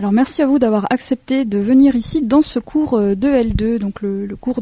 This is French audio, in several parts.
Alors merci à vous d'avoir accepté de venir ici dans ce cours de L2. Donc le cours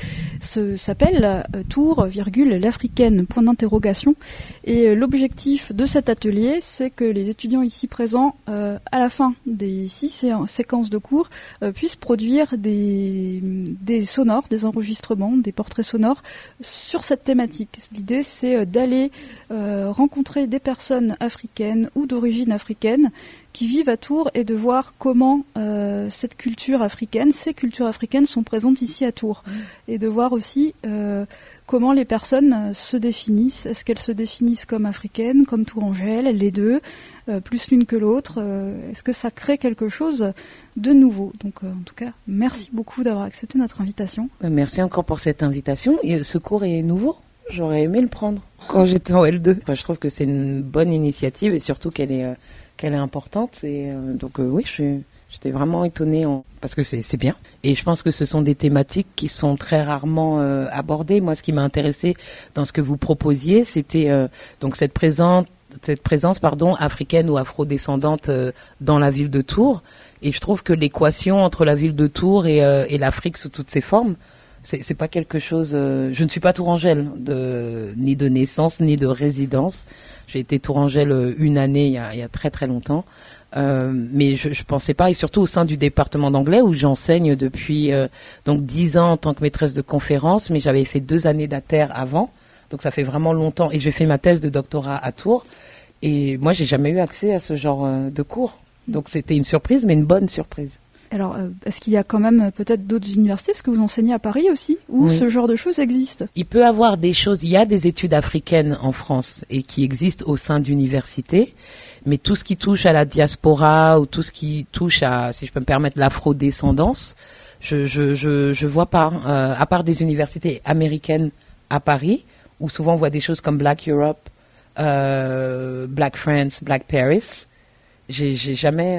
s'appelle Tours, l'Africaine, point d'interrogation. Et l'objectif de cet atelier, c'est que les étudiants ici présents, à la fin des 6 séquences de cours, puissent produire des sonores, des enregistrements, des portraits sonores sur cette thématique. L'idée, c'est d'aller rencontrer des personnes africaines ou d'origine africaine qui vivent à Tours et de voir comment ces cultures africaines sont présentes ici à Tours. Et de voir aussi comment les personnes se définissent. Est-ce qu'elles se définissent comme africaines, comme tourangelles, les deux, plus l'une que l'autre? Est-ce que ça crée quelque chose de nouveau? Donc en tout cas, merci beaucoup d'avoir accepté notre invitation. Merci encore pour cette invitation. Et ce cours est nouveau. J'aurais aimé le prendre quand j'étais en L2. Enfin, je trouve que c'est une bonne initiative et surtout qu'elle est importante. Et donc oui, j'étais vraiment étonnée parce que c'est bien. Et je pense que ce sont des thématiques qui sont très rarement abordées. Moi, ce qui m'a intéressé dans ce que vous proposiez, c'était donc cette présence africaine ou afro-descendante dans la ville de Tours. Et je trouve que l'équation entre la ville de Tours et l'Afrique sous toutes ses formes, c'est pas quelque chose. Je ne suis pas tourangelle ni de naissance ni de résidence. J'ai été tourangelle une année il y a très très longtemps, mais je pensais pas, et surtout au sein du département d'anglais où j'enseigne depuis donc 10 ans en tant que maîtresse de conférence, mais j'avais fait 2 années d'ATER avant, donc ça fait vraiment longtemps, et j'ai fait ma thèse de doctorat à Tours, et moi j'ai jamais eu accès à ce genre de cours, donc c'était une surprise, mais une bonne surprise. Alors, est-ce qu'il y a quand même peut-être d'autres universités? Est-ce que vous enseignez à Paris aussi? Où ce genre de choses existe? Il peut y avoir des choses, il y a des études africaines en France et qui existent au sein d'universités, mais tout ce qui touche à la diaspora ou tout ce qui touche à, si je peux me permettre, l'afro-descendance, je vois pas, à part des universités américaines à Paris, où souvent on voit des choses comme Black Europe, Black France, Black Paris, j'ai jamais,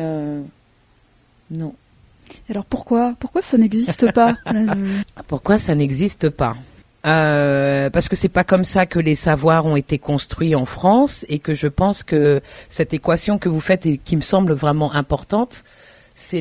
non. Alors pourquoi ça n'existe pas? Pourquoi ça n'existe pas? Parce que c'est pas comme ça que les savoirs ont été construits en France, et que je pense que cette équation que vous faites et qui me semble vraiment importante, c'est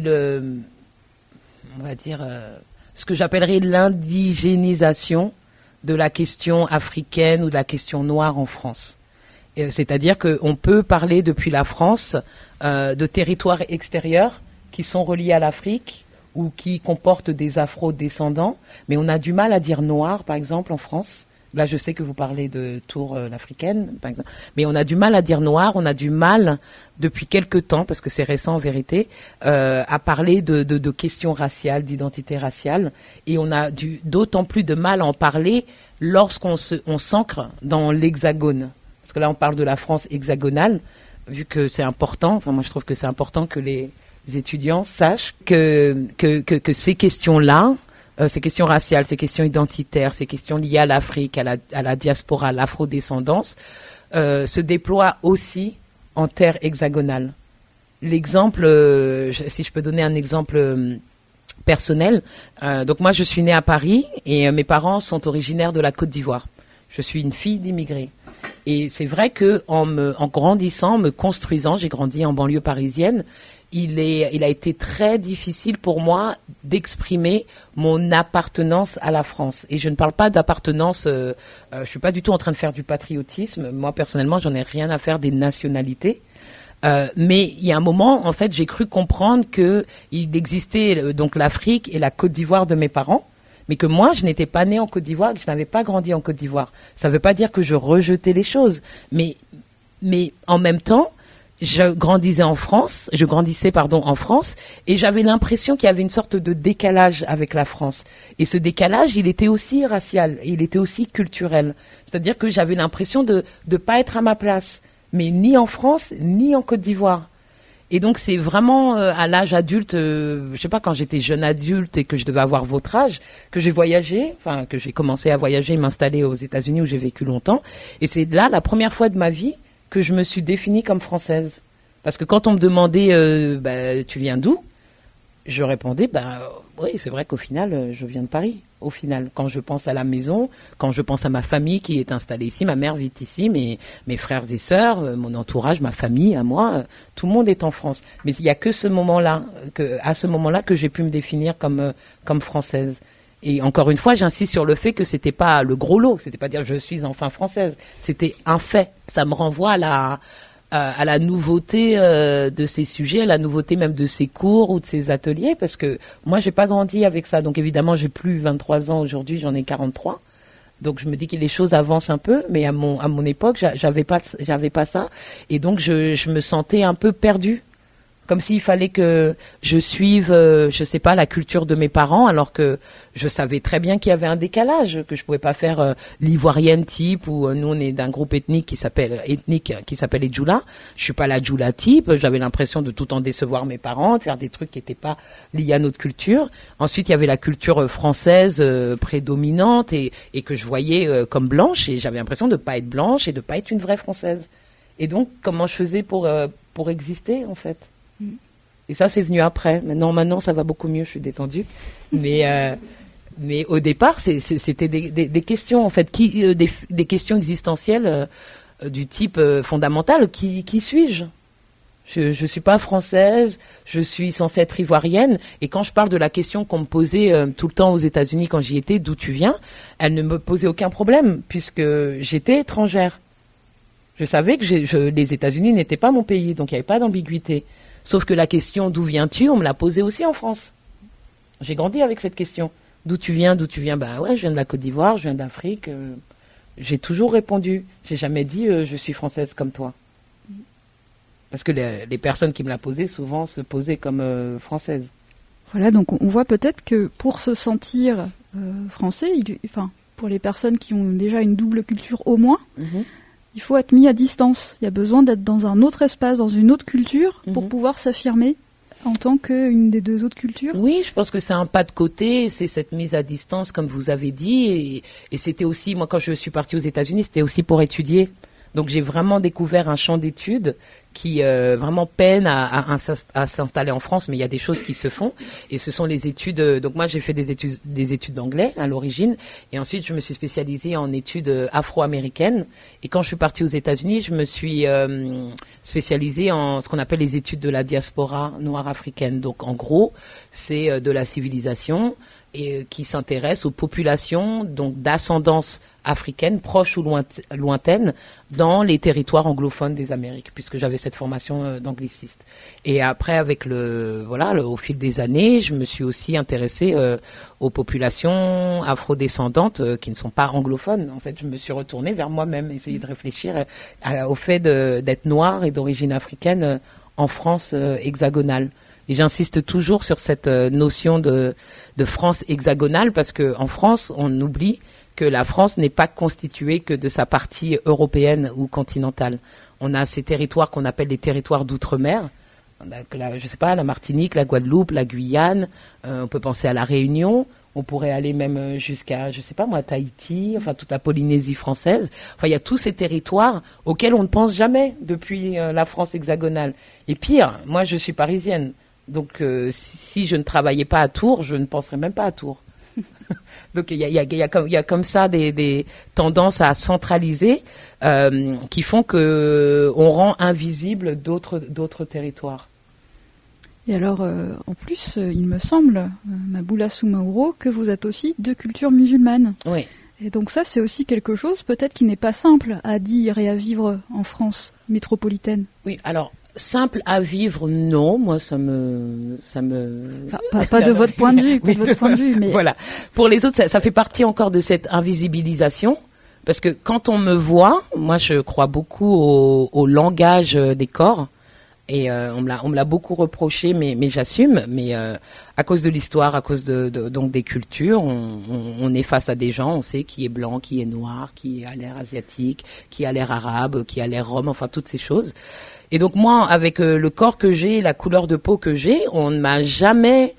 on va dire, ce que j'appellerais l'indigénisation de la question africaine ou de la question noire en France. C'est-à-dire qu'on peut parler depuis la France de territoires extérieurs qui sont reliés à l'Afrique ou qui comportent des afro-descendants, mais on a du mal à dire noir, par exemple, en France. Là, je sais que vous parlez de Tours, l'Africaine, par exemple, mais on a du mal à dire noir, on a du mal, depuis quelque temps, parce que c'est récent en vérité, à parler de questions raciales, d'identité raciale, et on a d'autant plus de mal à en parler lorsqu'on s'ancre dans l'hexagone. Parce que là, on parle de la France hexagonale, vu que c'est important, enfin moi je trouve que c'est important que les étudiants sachent que ces questions-là, ces questions raciales, ces questions identitaires, ces questions liées à l'Afrique, à la diaspora, à l'afrodescendance, se déploient aussi en terre hexagonale. L'exemple, si je peux donner un exemple personnel, donc moi je suis née à Paris et mes parents sont originaires de la Côte d'Ivoire. Je suis une fille d'immigrés. Et c'est vrai que en grandissant, me construisant, j'ai grandi en banlieue parisienne, il a été très difficile pour moi d'exprimer mon appartenance à la France. Et je ne parle pas d'appartenance, je suis pas du tout en train de faire du patriotisme. Moi, personnellement, j'en ai rien à faire des nationalités. Mais il y a un moment, en fait, j'ai cru comprendre que il existait donc l'Afrique et la Côte d'Ivoire de mes parents, mais que moi, je n'étais pas née en Côte d'Ivoire, que je n'avais pas grandi en Côte d'Ivoire. Ça ne veut pas dire que je rejetais les choses, mais en même temps, je grandissais en France, et j'avais l'impression qu'il y avait une sorte de décalage avec la France. Et ce décalage, il était aussi racial, il était aussi culturel. C'est-à-dire que j'avais l'impression de pas être à ma place, mais ni en France, ni en Côte d'Ivoire. Et donc c'est vraiment à l'âge adulte, je sais pas, quand j'étais jeune adulte et que je devais avoir votre âge, que j'ai voyagé, enfin que j'ai commencé à voyager et m'installer aux États-Unis où j'ai vécu longtemps. Et c'est là la première fois de ma vie que je me suis définie comme française. Parce que quand on me demandait tu viens d'où, je répondais oui, c'est vrai qu'au final je viens de Paris. au final. Quand je pense à la maison, quand je pense à ma famille qui est installée ici, ma mère vit ici, mes frères et sœurs, mon entourage, ma famille, à moi, tout le monde est en France. Mais il y a que à ce moment-là que j'ai pu me définir comme française. Et encore une fois, j'insiste sur le fait que c'était pas le gros lot, c'était pas dire je suis enfin française, c'était un fait. Ça me renvoie à la nouveauté de ces sujets, à la nouveauté même de ces cours ou de ces ateliers, parce que moi, j'ai pas grandi avec ça. Donc évidemment, j'ai plus 23 ans aujourd'hui, j'en ai 43. Donc je me dis que les choses avancent un peu, mais à mon époque, j'avais pas ça. Et donc je me sentais un peu perdue. Comme s'il fallait que je suive, je sais pas, la culture de mes parents, alors que je savais très bien qu'il y avait un décalage, que je pouvais pas faire l'ivoirienne type, ou nous on est d'un groupe ethnique qui s'appelle les Djoula. Je suis pas la Djoula type. J'avais l'impression de tout en décevoir mes parents, de faire des trucs qui étaient pas liés à notre culture. Ensuite, il y avait la culture française prédominante et que je voyais comme blanche, et j'avais l'impression de pas être blanche et de pas être une vraie française. Et donc, comment je faisais pour exister en fait? Et ça, c'est venu après. Maintenant, ça va beaucoup mieux. Je suis détendue. Mais au départ, c'était des questions en fait, des questions existentielles du type fondamental. Qui suis-je? Je suis pas française. Je suis censée être ivoirienne. Et quand je parle de la question qu'on me posait tout le temps aux États-Unis quand j'y étais, d'où tu viens, elle ne me posait aucun problème puisque j'étais étrangère. Je savais que les États-Unis n'étaient pas mon pays, donc il n'y avait pas d'ambiguïté. Sauf que la question d'où viens-tu, on me l'a posée aussi en France. J'ai grandi avec cette question. D'où tu viens? Bah ouais, je viens de la Côte d'Ivoire, je viens d'Afrique. J'ai toujours répondu. J'ai jamais dit je suis française comme toi. Parce que les personnes qui me la posaient souvent se posaient comme françaises. Voilà, donc on voit peut-être que pour se sentir français, pour les personnes qui ont déjà une double culture au moins, il faut être mis à distance. Il y a besoin d'être dans un autre espace, dans une autre culture, pour pouvoir s'affirmer en tant qu'une des deux autres cultures. Oui, je pense que c'est un pas de côté, c'est cette mise à distance, comme vous avez dit. Et c'était aussi, moi, quand je suis partie aux États-Unis, c'était aussi pour étudier. Donc j'ai vraiment découvert un champ d'études qui vraiment peine à s'installer en France, mais il y a des choses qui se font. Et ce sont les études. Donc moi j'ai fait des études d'anglais à l'origine, et ensuite je me suis spécialisée en études afro-américaines. Et quand je suis partie aux États-Unis, je me suis spécialisée en ce qu'on appelle les études de la diaspora noire africaine. Donc en gros, c'est de la civilisation et qui s'intéresse aux populations donc d'ascendance africaine, proche ou lointaine, dans les territoires anglophones des Amériques, puisque j'avais cette formation d'angliciste. Et après, avec au fil des années, je me suis aussi intéressée aux populations afrodescendantes qui ne sont pas anglophones. En fait, je me suis retournée vers moi-même, essayer de réfléchir au fait d'être noire et d'origine africaine en France hexagonale. Et j'insiste toujours sur cette notion de France hexagonale, parce que en France, on oublie que la France n'est pas constituée que de sa partie européenne ou continentale. On a ces territoires qu'on appelle les territoires d'outre-mer. On a, je sais pas, la Martinique, la Guadeloupe, la Guyane. On peut penser à la Réunion. On pourrait aller même jusqu'à, je sais pas moi, Tahiti, enfin toute la Polynésie française. Enfin, il y a tous ces territoires auxquels on ne pense jamais depuis la France hexagonale. Et pire, moi je suis parisienne. Donc si je ne travaillais pas à Tours, je ne penserais même pas à Tours. Donc il y a comme ça des tendances à centraliser qui font que on rend invisible d'autres territoires. Et alors, en plus, il me semble, Maboula Soumaoro, que vous êtes aussi de culture musulmane. Oui. Et donc ça, c'est aussi quelque chose peut-être qui n'est pas simple à dire et à vivre en France métropolitaine. Oui, alors simple à vivre, non. Moi, ça me. Enfin, pas de votre point de vue, pas de votre point de vue, mais voilà. Pour les autres, ça fait partie encore de cette invisibilisation, parce que quand on me voit, moi, je crois beaucoup au langage des corps, et on me l'a beaucoup reproché, mais j'assume. Mais à cause de l'histoire, à cause donc des cultures, on est face à des gens, on sait qui est blanc, qui est noir, qui a l'air asiatique, qui a l'air arabe, qui a l'air rome, enfin toutes ces choses. Et donc moi, avec le corps que j'ai, la couleur de peau que j'ai, on ne m'a jamais,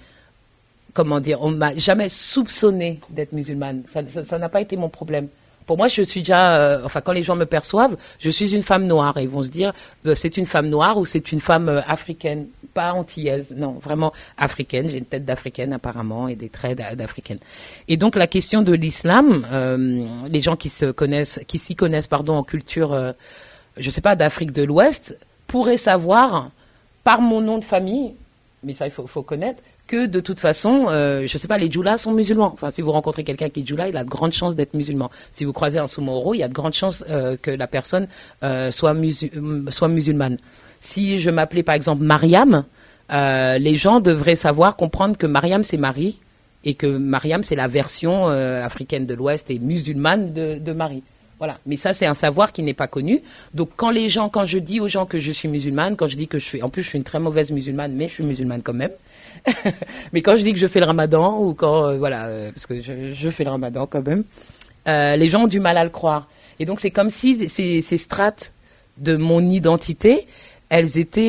on m'a jamais soupçonné d'être musulmane. Ça n'a pas été mon problème. Pour moi, je suis déjà, quand les gens me perçoivent, je suis une femme noire, et ils vont se dire, c'est une femme noire ou c'est une femme africaine. pas antillaise, non, vraiment africaine. J'ai une tête d'africaine apparemment et des traits d'africaine. Et donc la question de l'islam, les gens qui s'y connaissent, en culture, je sais pas, d'Afrique de l'Ouest, pourraient savoir par mon nom de famille, mais ça il faut connaître, que de toute façon, je sais pas, les djoulas sont musulmans. Enfin, si vous rencontrez quelqu'un qui est djoula, il a de grandes chances d'être musulman. Si vous croisez un soumoro, il y a de grandes chances que la personne soit musulmane. Si je m'appelais par exemple Mariam, les gens devraient comprendre que Mariam c'est Marie et que Mariam c'est la version africaine de l'Ouest et musulmane de Marie. Voilà. Mais ça, c'est un savoir qui n'est pas connu. Donc, quand je dis aux gens que je suis musulmane, quand je dis en plus, je suis une très mauvaise musulmane, mais je suis musulmane quand même. Mais quand je dis que je fais le ramadan, ou quand, parce que je fais le ramadan quand même, les gens ont du mal à le croire. Et donc, c'est comme si ces strates de mon identité, elles étaient,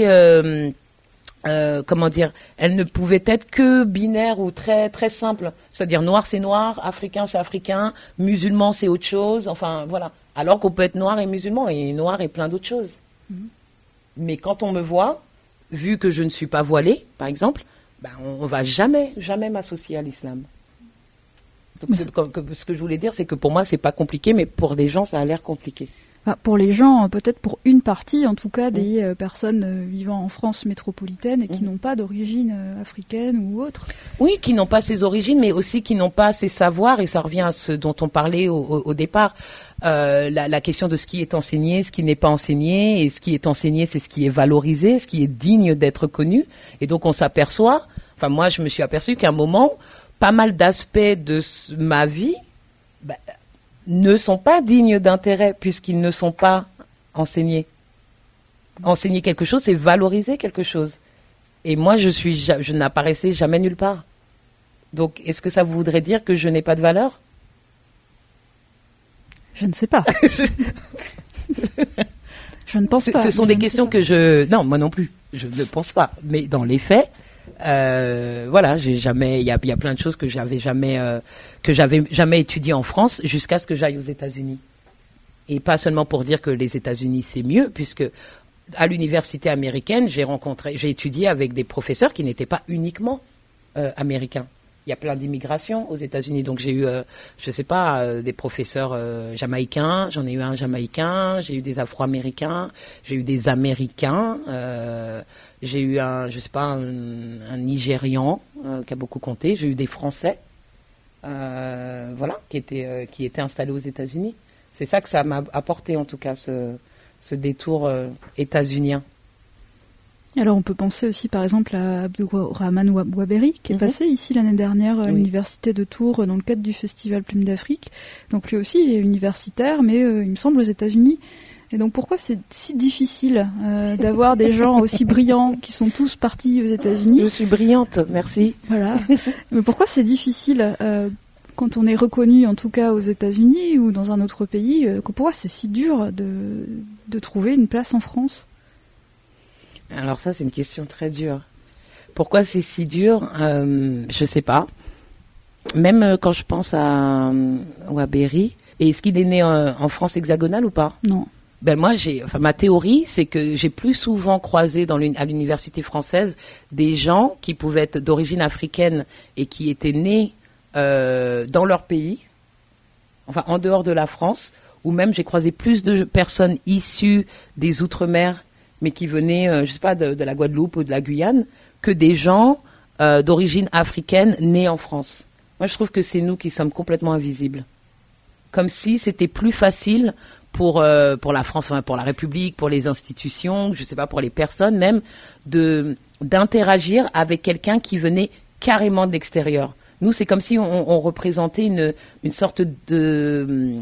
elles ne pouvaient être que binaires ou très, très simples. C'est-à-dire, noir, c'est noir, africain, c'est africain, musulman, c'est autre chose. Enfin, voilà. Alors qu'on peut être noir et musulman, et noir et plein d'autres choses. Mmh. Mais quand on me voit, vu que je ne suis pas voilée, par exemple, on va jamais m'associer à l'islam. Donc, ce que je voulais dire, c'est que pour moi, c'est pas compliqué, mais pour des gens, ça a l'air compliqué. Pour les gens, peut-être pour une partie, en tout cas, des personnes vivant en France métropolitaine et qui n'ont pas d'origine africaine ou autre. Oui, qui n'ont pas ces origines, mais aussi qui n'ont pas ces savoirs, et ça revient à ce dont on parlait au départ. La question de ce qui est enseigné, ce qui n'est pas enseigné, et ce qui est enseigné, c'est ce qui est valorisé, ce qui est digne d'être connu. Et donc on s'aperçoit, moi je me suis aperçue qu'à un moment, pas mal d'aspects de ma vie ne sont pas dignes d'intérêt puisqu'ils ne sont pas enseignés. Enseigner quelque chose, c'est valoriser quelque chose. Et moi, je n'apparaissais jamais nulle part. Donc, est-ce que ça voudrait dire que je n'ai pas de valeur ? Je ne sais pas. Je ne pense pas. Ce sont des questions que non, moi non plus, je ne pense pas. Mais dans les faits, j'ai jamais, il y a plein de choses que j'avais jamais étudiées en France jusqu'à ce que j'aille aux États-Unis. Et pas seulement pour dire que les États-Unis c'est mieux, puisque à l'université américaine, j'ai étudié avec des professeurs qui n'étaient pas uniquement américains. Il y a plein d'immigration aux États-Unis, donc j'ai eu, des professeurs jamaïcains. J'en ai eu un jamaïcain, j'ai eu des Afro-Américains, j'ai eu des Américains, j'ai eu un Nigérian qui a beaucoup compté. J'ai eu des Français, qui étaient installés aux États-Unis. C'est ça que ça m'a apporté en tout cas ce détour états-unien. Alors on peut penser aussi par exemple à Abdourahmane Ouaberi qui est passé ici l'année dernière à l'université de Tours dans le cadre du festival Plume d'Afrique. Donc lui aussi il est universitaire mais il me semble aux États-Unis. Et donc pourquoi c'est si difficile d'avoir des gens aussi brillants qui sont tous partis aux États-Unis ? Je suis brillante, merci. Voilà. Mais pourquoi c'est difficile quand on est reconnu en tout cas aux États-Unis ou dans un autre pays, pourquoi c'est si dur de trouver une place en France ? Alors ça, c'est une question très dure. Pourquoi c'est si dur ? Je sais pas. Même quand je pense à Ouaberi, est-ce qu'il est né en France hexagonale ou pas ? Non. Moi, ma théorie, c'est que j'ai plus souvent croisé à l'université française des gens qui pouvaient être d'origine africaine et qui étaient nés dans leur pays, en dehors de la France, ou même j'ai croisé plus de personnes issues des Outre-mer mais qui venaient, de la Guadeloupe ou de la Guyane, que des gens d'origine africaine nés en France. Moi, je trouve que c'est nous qui sommes complètement invisibles. Comme si c'était plus facile pour la France, pour la République, pour les institutions, pour les personnes même, d'interagir avec quelqu'un qui venait carrément de l'extérieur. Nous, c'est comme si on représentait une sorte de,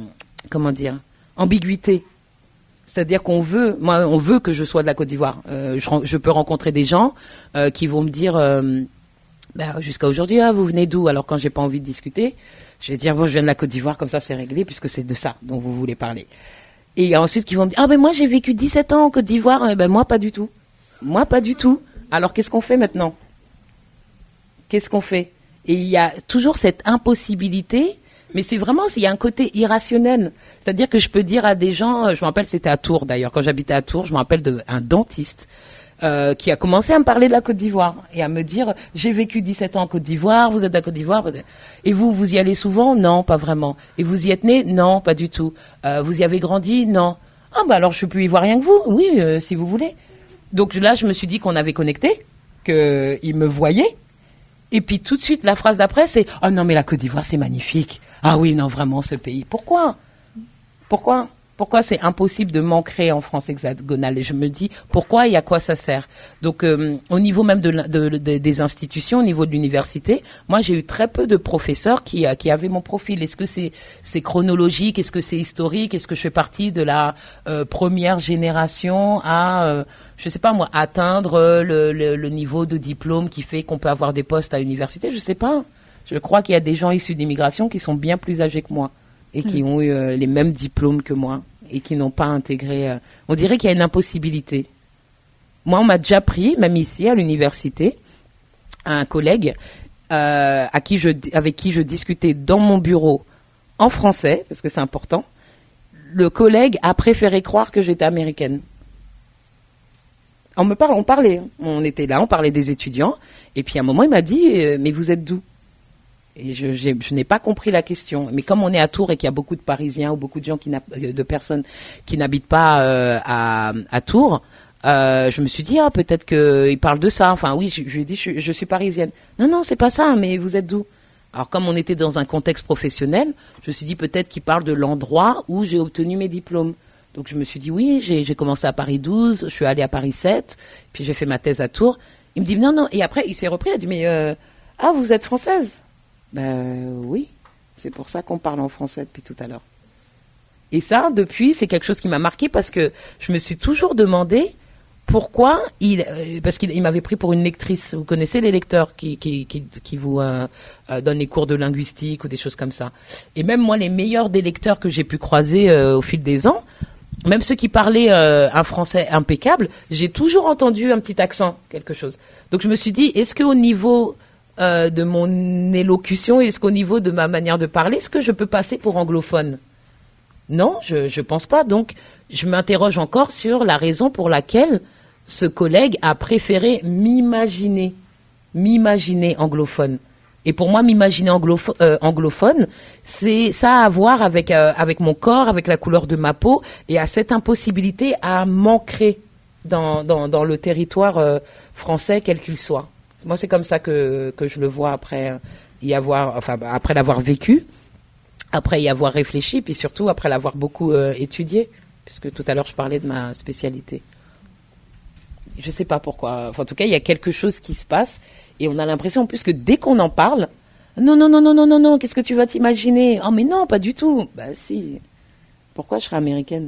ambiguïté. C'est-à-dire on veut que je sois de la Côte d'Ivoire. Je peux rencontrer des gens qui vont me dire, jusqu'à aujourd'hui, vous venez d'où ? Alors quand j'ai pas envie de discuter, je vais dire, je viens de la Côte d'Ivoire, comme ça c'est réglé, puisque c'est de ça dont vous voulez parler. Et ensuite, qui vont me dire, moi j'ai vécu 17 ans en Côte d'Ivoire, moi pas du tout. Moi pas du tout. Alors qu'est-ce qu'on fait maintenant ? Qu'est-ce qu'on fait ? Et il y a toujours cette impossibilité. Mais il y a un côté irrationnel. C'est-à-dire que je peux dire à des gens, je me rappelle, c'était à Tours d'ailleurs, quand j'habitais à Tours, je me rappelle d'un dentiste qui a commencé à me parler de la Côte d'Ivoire et à me dire j'ai vécu 17 ans en Côte d'Ivoire, vous êtes de la Côte d'Ivoire et vous y allez souvent? Non, pas vraiment. Et vous y êtes né? Non, pas du tout. Vous y avez grandi? Non. Ah bah alors je suis plus ivoirien que vous. Oui, si vous voulez. Donc là je me suis dit qu'on avait connecté, qu'il me voyait. Et puis tout de suite la phrase d'après c'est oh non mais la Côte d'Ivoire c'est magnifique. Ah oui non vraiment ce pays. Pourquoi c'est impossible de m'ancrer en France hexagonale? Et je me dis, pourquoi et à quoi ça sert? Donc, au niveau même des institutions, au niveau de l'université, moi, j'ai eu très peu de professeurs qui avaient mon profil. Est-ce que c'est chronologique? Est-ce que c'est historique? Est-ce que je fais partie de la première génération à, je sais pas moi, atteindre le niveau de diplôme qui fait qu'on peut avoir des postes à l'université? Je sais pas. Je crois qu'il y a des gens issus d'immigration qui sont bien plus âgés que moi et qui ont eu les mêmes diplômes que moi et qui n'ont pas intégré. On dirait qu'il y a une impossibilité. Moi, on m'a déjà pris, même ici à l'université, un collègue avec qui je discutais dans mon bureau en français, parce que c'est important. Le collègue a préféré croire que j'étais américaine. On parlait. On était là, on parlait des étudiants. Et puis à un moment, il m'a dit mais vous êtes d'où? Et je n'ai pas compris la question. Mais comme on est à Tours et qu'il y a beaucoup de Parisiens ou beaucoup de gens de personnes qui n'habitent pas à Tours, je me suis dit peut-être qu'il parle de ça. Enfin oui, je lui ai dit je suis parisienne. Non, c'est pas ça. Mais vous êtes d'où? Alors comme on était dans un contexte professionnel, je me suis dit peut-être qu'il parle de l'endroit où j'ai obtenu mes diplômes. Donc je me suis dit oui, j'ai commencé à Paris 12, je suis allée à Paris 7, puis j'ai fait ma thèse à Tours. Il me dit non. Et après il s'est repris, il a dit mais vous êtes française? Ben oui, c'est pour ça qu'on parle en français depuis tout à l'heure. Et ça, depuis, c'est quelque chose qui m'a marqué parce que je me suis toujours demandé pourquoi parce qu'il m'avait pris pour une lectrice. Vous connaissez les lecteurs qui vous donnent les cours de linguistique ou des choses comme ça. Et même moi, les meilleurs des lecteurs que j'ai pu croiser au fil des ans, même ceux qui parlaient un français impeccable, j'ai toujours entendu un petit accent, quelque chose. Donc je me suis dit, est-ce qu'au niveau de mon élocution, est-ce qu'au niveau de ma manière de parler, est-ce que je peux passer pour anglophone? Non, je pense pas. Donc, je m'interroge encore sur la raison pour laquelle ce collègue a préféré m'imaginer anglophone. Et pour moi, m'imaginer anglophone, ça a à voir avec mon corps, avec la couleur de ma peau, et à cette impossibilité à m'ancrer dans le territoire français, quel qu'il soit. Moi, c'est comme ça que je le vois après l'avoir vécu, après y avoir réfléchi, puis surtout après l'avoir beaucoup étudié, puisque tout à l'heure je parlais de ma spécialité. Je sais pas pourquoi. Enfin, en tout cas, il y a quelque chose qui se passe et on a l'impression en plus que dès qu'on en parle, non, qu'est-ce que tu vas t'imaginer? Oh mais non, pas du tout. Bah si. Pourquoi je serais américaine?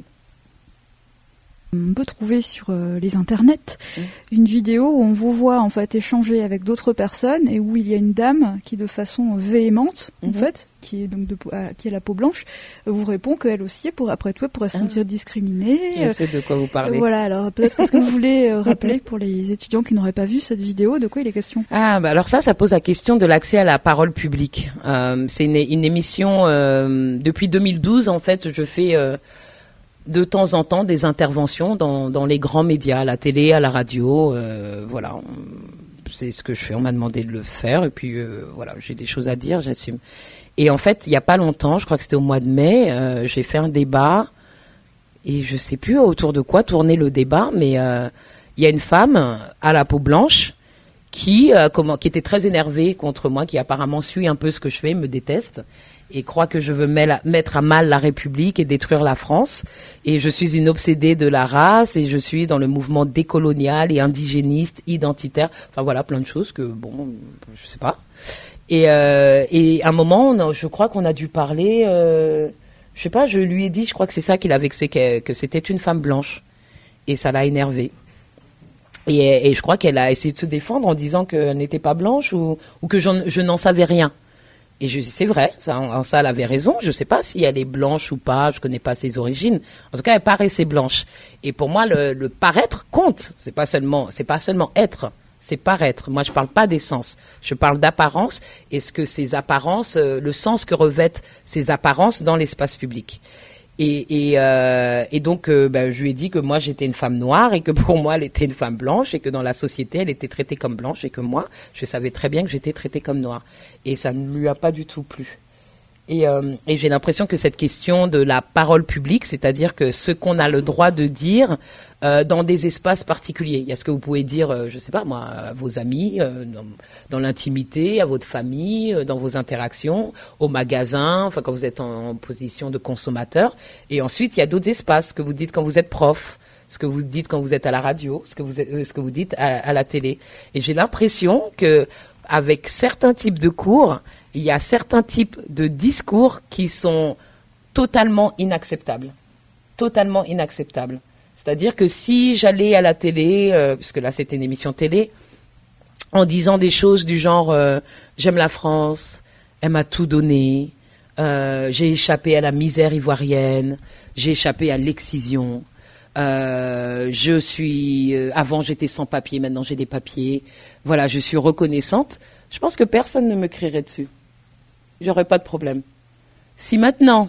On peut trouver sur les internets une vidéo où on vous voit en fait échanger avec d'autres personnes et où il y a une dame qui de façon véhémente en fait, qui est donc qui a la peau blanche, vous répond qu'elle aussi après tout pourrait se sentir discriminée. Je sais de quoi vous parlez. Voilà, alors peut-être est-ce que vous voulez rappeler pour les étudiants qui n'auraient pas vu cette vidéo de quoi il est question? Alors ça pose la question de l'accès à la parole publique. C'est une émission depuis 2012 en fait, je fais de temps en temps des interventions dans les grands médias, à la télé, à la radio, voilà. C'est ce que je fais, on m'a demandé de le faire et puis voilà, j'ai des choses à dire, j'assume. Et en fait, il y a pas longtemps, je crois que c'était au mois de mai, j'ai fait un débat et je sais plus autour de quoi tourner le débat, mais il y a une femme à la peau blanche qui était très énervée contre moi, qui apparemment suit un peu ce que je fais, me déteste et croit que je veux mettre à mal la République et détruire la France. Et je suis une obsédée de la race et je suis dans le mouvement décolonial et indigéniste, identitaire. Enfin voilà, plein de choses que, bon, je sais pas. Et à un moment, je crois qu'on a dû parler, je sais pas, je lui ai dit, je crois que c'est ça qui l'a vexé, que c'était une femme blanche. Et ça l'a énervée. Et je crois qu'elle a essayé de se défendre en disant qu'elle n'était pas blanche ou que je n'en savais rien. Et je dis, c'est vrai, ça, elle avait raison. Je sais pas si elle est blanche ou pas, je connais pas ses origines. En tout cas, elle paraissait blanche. Et pour moi, le paraître compte. C'est pas seulement être, c'est paraître. Moi, je parle pas d'essence. Je parle d'apparence. Et ce que ces apparences, le sens que revêtent ces apparences dans l'espace public. Et donc, je lui ai dit que moi j'étais une femme noire et que pour moi elle était une femme blanche et que dans la société elle était traitée comme blanche et que moi je savais très bien que j'étais traitée comme noire. Et ça ne lui a pas du tout plu. Et j'ai l'impression que cette question de la parole publique, c'est-à-dire que ce qu'on a le droit de dire dans des espaces particuliers. Il y a ce que vous pouvez dire, je sais pas moi, à vos amis, dans l'intimité, à votre famille, dans vos interactions, au magasin, enfin quand vous êtes en position de consommateur. Et ensuite, il y a d'autres espaces, ce que vous dites quand vous êtes prof, ce que vous dites quand vous êtes à la radio, ce que vous dites à la télé. Et j'ai l'impression que avec certains types de cours, il y a certains types de discours qui sont totalement inacceptables. Totalement inacceptables. C'est-à-dire que si j'allais à la télé, puisque là c'était une émission télé, en disant des choses du genre j'aime la France, elle m'a tout donné, j'ai échappé à la misère ivoirienne, j'ai échappé à l'excision, avant j'étais sans papier, maintenant j'ai des papiers, voilà, je suis reconnaissante. Je pense que personne ne me crierait dessus. J'aurais pas de problème. Si maintenant,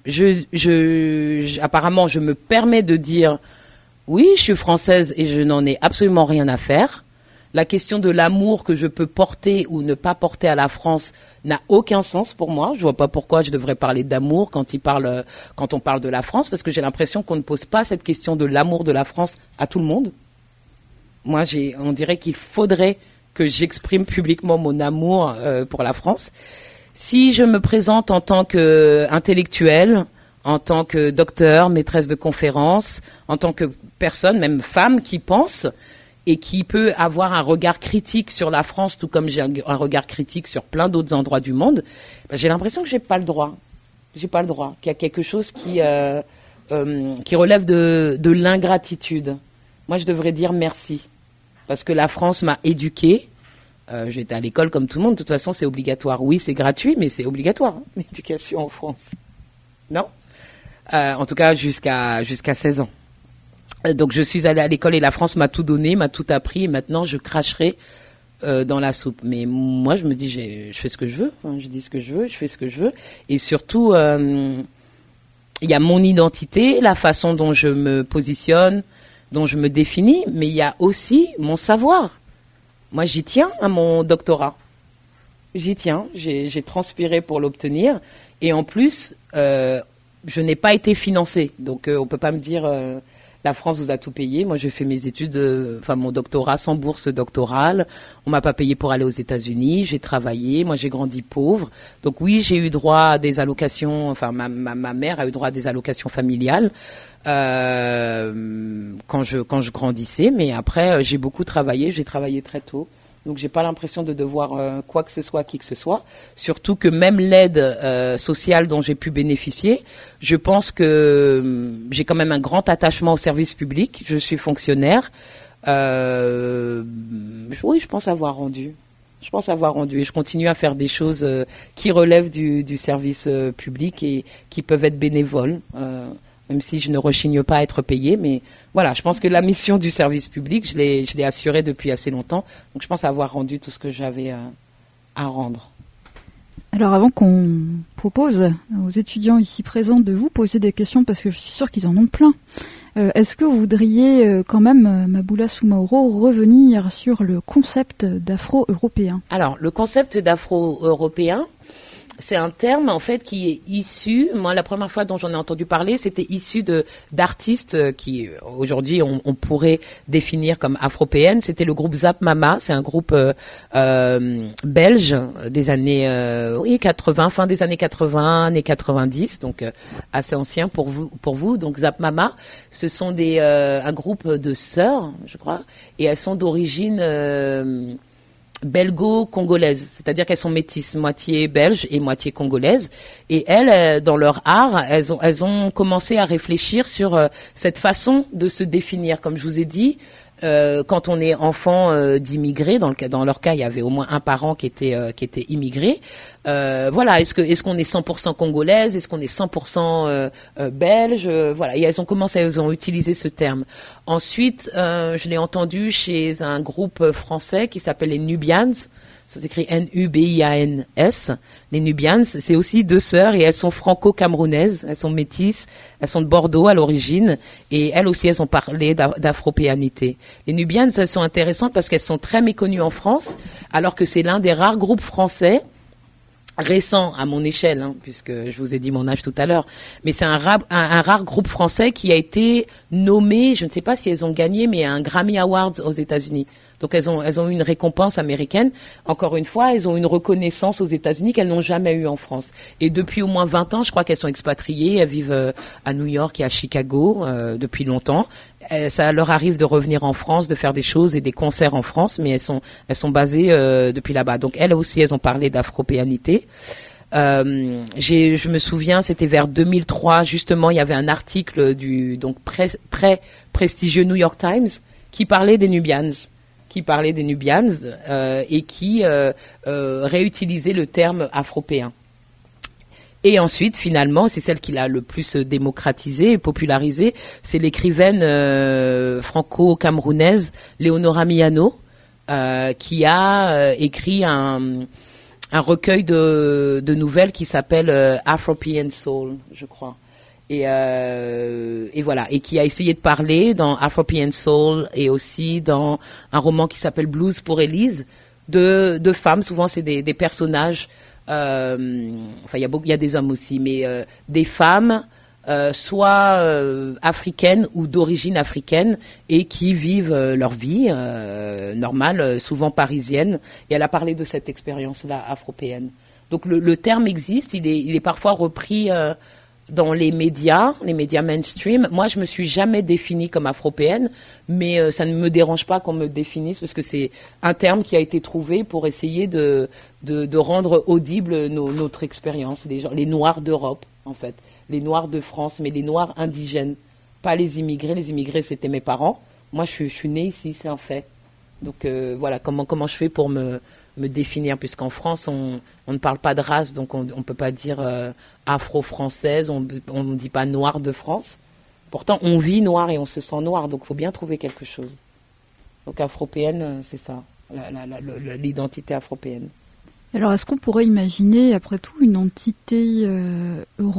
apparemment, je me permets de dire, oui, je suis française et je n'en ai absolument rien à faire. La question de l'amour que je peux porter ou ne pas porter à la France n'a aucun sens pour moi. Je vois pas pourquoi je devrais parler d'amour quand on parle de la France, parce que j'ai l'impression qu'on ne pose pas cette question de l'amour de la France à tout le monde. Moi, on dirait qu'il faudrait que j'exprime publiquement mon amour pour la France. Si je me présente en tant qu'intellectuelle, en tant que docteur, maîtresse de conférences, en tant que personne, même femme, qui pense et qui peut avoir un regard critique sur la France, tout comme j'ai un regard critique sur plein d'autres endroits du monde, j'ai l'impression que j'ai pas le droit. J'ai pas le droit. Qu'il y a quelque chose qui relève de l'ingratitude. Moi, je devrais dire merci. Parce que la France m'a éduquée. J'étais à l'école comme tout le monde. De toute façon, c'est obligatoire. Oui, c'est gratuit, mais c'est obligatoire, l'éducation en France. Non ? En tout cas, jusqu'à 16 ans. Donc, je suis allée à l'école et la France m'a tout donné, m'a tout appris. Et maintenant, je cracherai dans la soupe. Mais moi, je me dis, je fais ce que je veux. Enfin, je dis ce que je veux, je fais ce que je veux. Et surtout, il y a mon identité, la façon dont je me positionne, dont je me définis, mais il y a aussi mon savoir. Moi, j'y tiens à mon doctorat. J'y tiens. J'ai transpiré pour l'obtenir. Et en plus, je n'ai pas été financée. Donc, on ne peut pas me dire la France vous a tout payé. Moi, j'ai fait mes études, mon doctorat sans bourse doctorale. On m'a pas payé pour aller aux États-Unis. J'ai travaillé. Moi, j'ai grandi pauvre. Donc, oui, j'ai eu droit à des allocations. Enfin, ma mère a eu droit à des allocations familiales. Quand je grandissais, mais après j'ai beaucoup travaillé, j'ai travaillé très tôt, donc j'ai pas l'impression de devoir quoi que ce soit à qui que ce soit, surtout que même l'aide sociale dont j'ai pu bénéficier, je pense que j'ai quand même un grand attachement au service public, je suis fonctionnaire, oui, je pense avoir rendu et je continue à faire des choses qui relèvent du service public et qui peuvent être bénévoles, même si je ne rechigne pas à être payée. Mais voilà, je pense que la mission du service public, je l'ai assurée depuis assez longtemps. Donc je pense avoir rendu tout ce que j'avais à rendre. Alors avant qu'on propose aux étudiants ici présents de vous poser des questions, parce que je suis sûre qu'ils en ont plein, est-ce que vous voudriez quand même, Maboula Soumaoro, revenir sur le concept d'afro-européen ? Alors, le concept d'afro-européen, c'est un terme en fait qui est issu. Moi, la première fois dont j'en ai entendu parler, c'était issu d'artistes qui aujourd'hui on pourrait définir comme afropéennes. C'était le groupe Zap Mama. C'est un groupe belge des années 80, fin des années 80, années 90, donc assez ancien pour vous. Donc Zap Mama, ce sont un groupe de sœurs, je crois, et elles sont d'origine belgo-congolaises, c'est-à-dire qu'elles sont métisses, moitié belges et moitié congolaises. Et elles, dans leur art, elles ont commencé à réfléchir sur cette façon de se définir. Comme je vous ai dit, quand on est enfant d'immigrés, dans leur cas, il y avait au moins un parent qui était immigré. Voilà, est-ce qu'on est 100% congolaise, est-ce qu'on est 100% belge, voilà. Et elles ont utilisé ce terme. Ensuite, je l'ai entendu chez un groupe français qui s'appelle les Nubians. Ça s'écrit Nubians. Les Nubians, c'est aussi 2 sœurs et elles sont franco-camerounaises. Elles sont métisses. Elles sont de Bordeaux à l'origine. Et elles aussi, elles ont parlé d'afropéanité. Les Nubians, elles sont intéressantes parce qu'elles sont très méconnues en France, alors que c'est l'un des rares groupes français récent à mon échelle, puisque je vous ai dit mon âge tout à l'heure, mais c'est un rare groupe français qui a été nommé, je ne sais pas si elles ont gagné, mais un Grammy Awards aux États-Unis. Donc elles ont eu une récompense américaine. Encore une fois, elles ont une reconnaissance aux États-Unis qu'elles n'ont jamais eu en France. Et depuis au moins 20 ans, je crois qu'elles sont expatriées. Elles vivent à New York et à Chicago depuis longtemps. Ça leur arrive de revenir en France, de faire des choses et des concerts en France, mais elles sont basées depuis là-bas. Donc elles aussi, elles ont parlé d'afropéanité. Je me souviens, c'était vers 2003, justement, il y avait un article du très prestigieux New York Times qui parlait des Nubians. Et qui réutilisait le terme afropéen. Et ensuite, finalement, c'est celle qui l'a le plus démocratisé et popularisé, c'est l'écrivaine franco-camerounaise Léonora Miano, qui a écrit un recueil de nouvelles qui s'appelle Afropean Soul, je crois. Et voilà, et qui a essayé de parler dans Afropean Soul et aussi dans un roman qui s'appelle Blues pour Élise de femmes. Souvent c'est des personnages, enfin il y a des hommes aussi, mais des femmes soit africaines ou d'origine africaine et qui vivent leur vie normale, souvent parisienne. Et elle a parlé de cette expérience-là afropéenne. Donc le terme existe, il est parfois repris dans les médias mainstream. Moi, je me suis jamais définie comme afropéenne, mais ça ne me dérange pas qu'on me définisse parce que c'est un terme qui a été trouvé pour essayer de rendre audible notre expérience. Les Noirs d'Europe, en fait. Les Noirs de France, mais les Noirs indigènes. Pas les immigrés. Les immigrés, c'était mes parents. Moi, je suis née ici, c'est un fait. Donc, voilà, comment je fais pour me définir, puisqu'en France, on ne parle pas de race, donc on ne peut pas dire afro-française, on ne dit pas noir de France. Pourtant, on vit noir et on se sent noir, donc il faut bien trouver quelque chose. Donc afropéenne, c'est ça, l'identité afropéenne. Alors, est-ce qu'on pourrait imaginer, après tout, une entité euro-africaine ?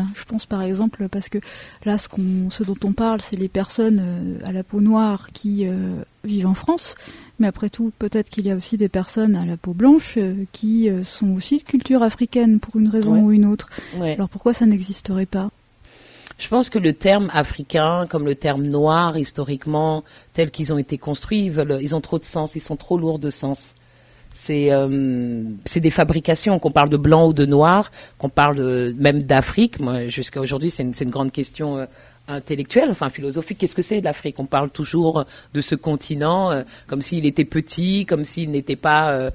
Je pense par exemple, parce que là, ce dont on parle, c'est les personnes à la peau noire qui vivent en France. Mais après tout, peut-être qu'il y a aussi des personnes à la peau blanche qui sont aussi de culture africaine pour une raison ou une autre. Ouais. Alors pourquoi ça n'existerait pas ? Je pense que le terme africain, comme le terme noir, historiquement, tels qu'ils ont été construits, ils ont trop de sens, ils sont trop lourds de sens. C'est des fabrications, qu'on parle de blanc ou de noir, qu'on parle même d'Afrique. Moi, jusqu'à aujourd'hui, c'est une grande question intellectuelle, enfin philosophique. Qu'est-ce que c'est l'Afrique ? On parle toujours de ce continent comme s'il était petit, comme s'il n'était pas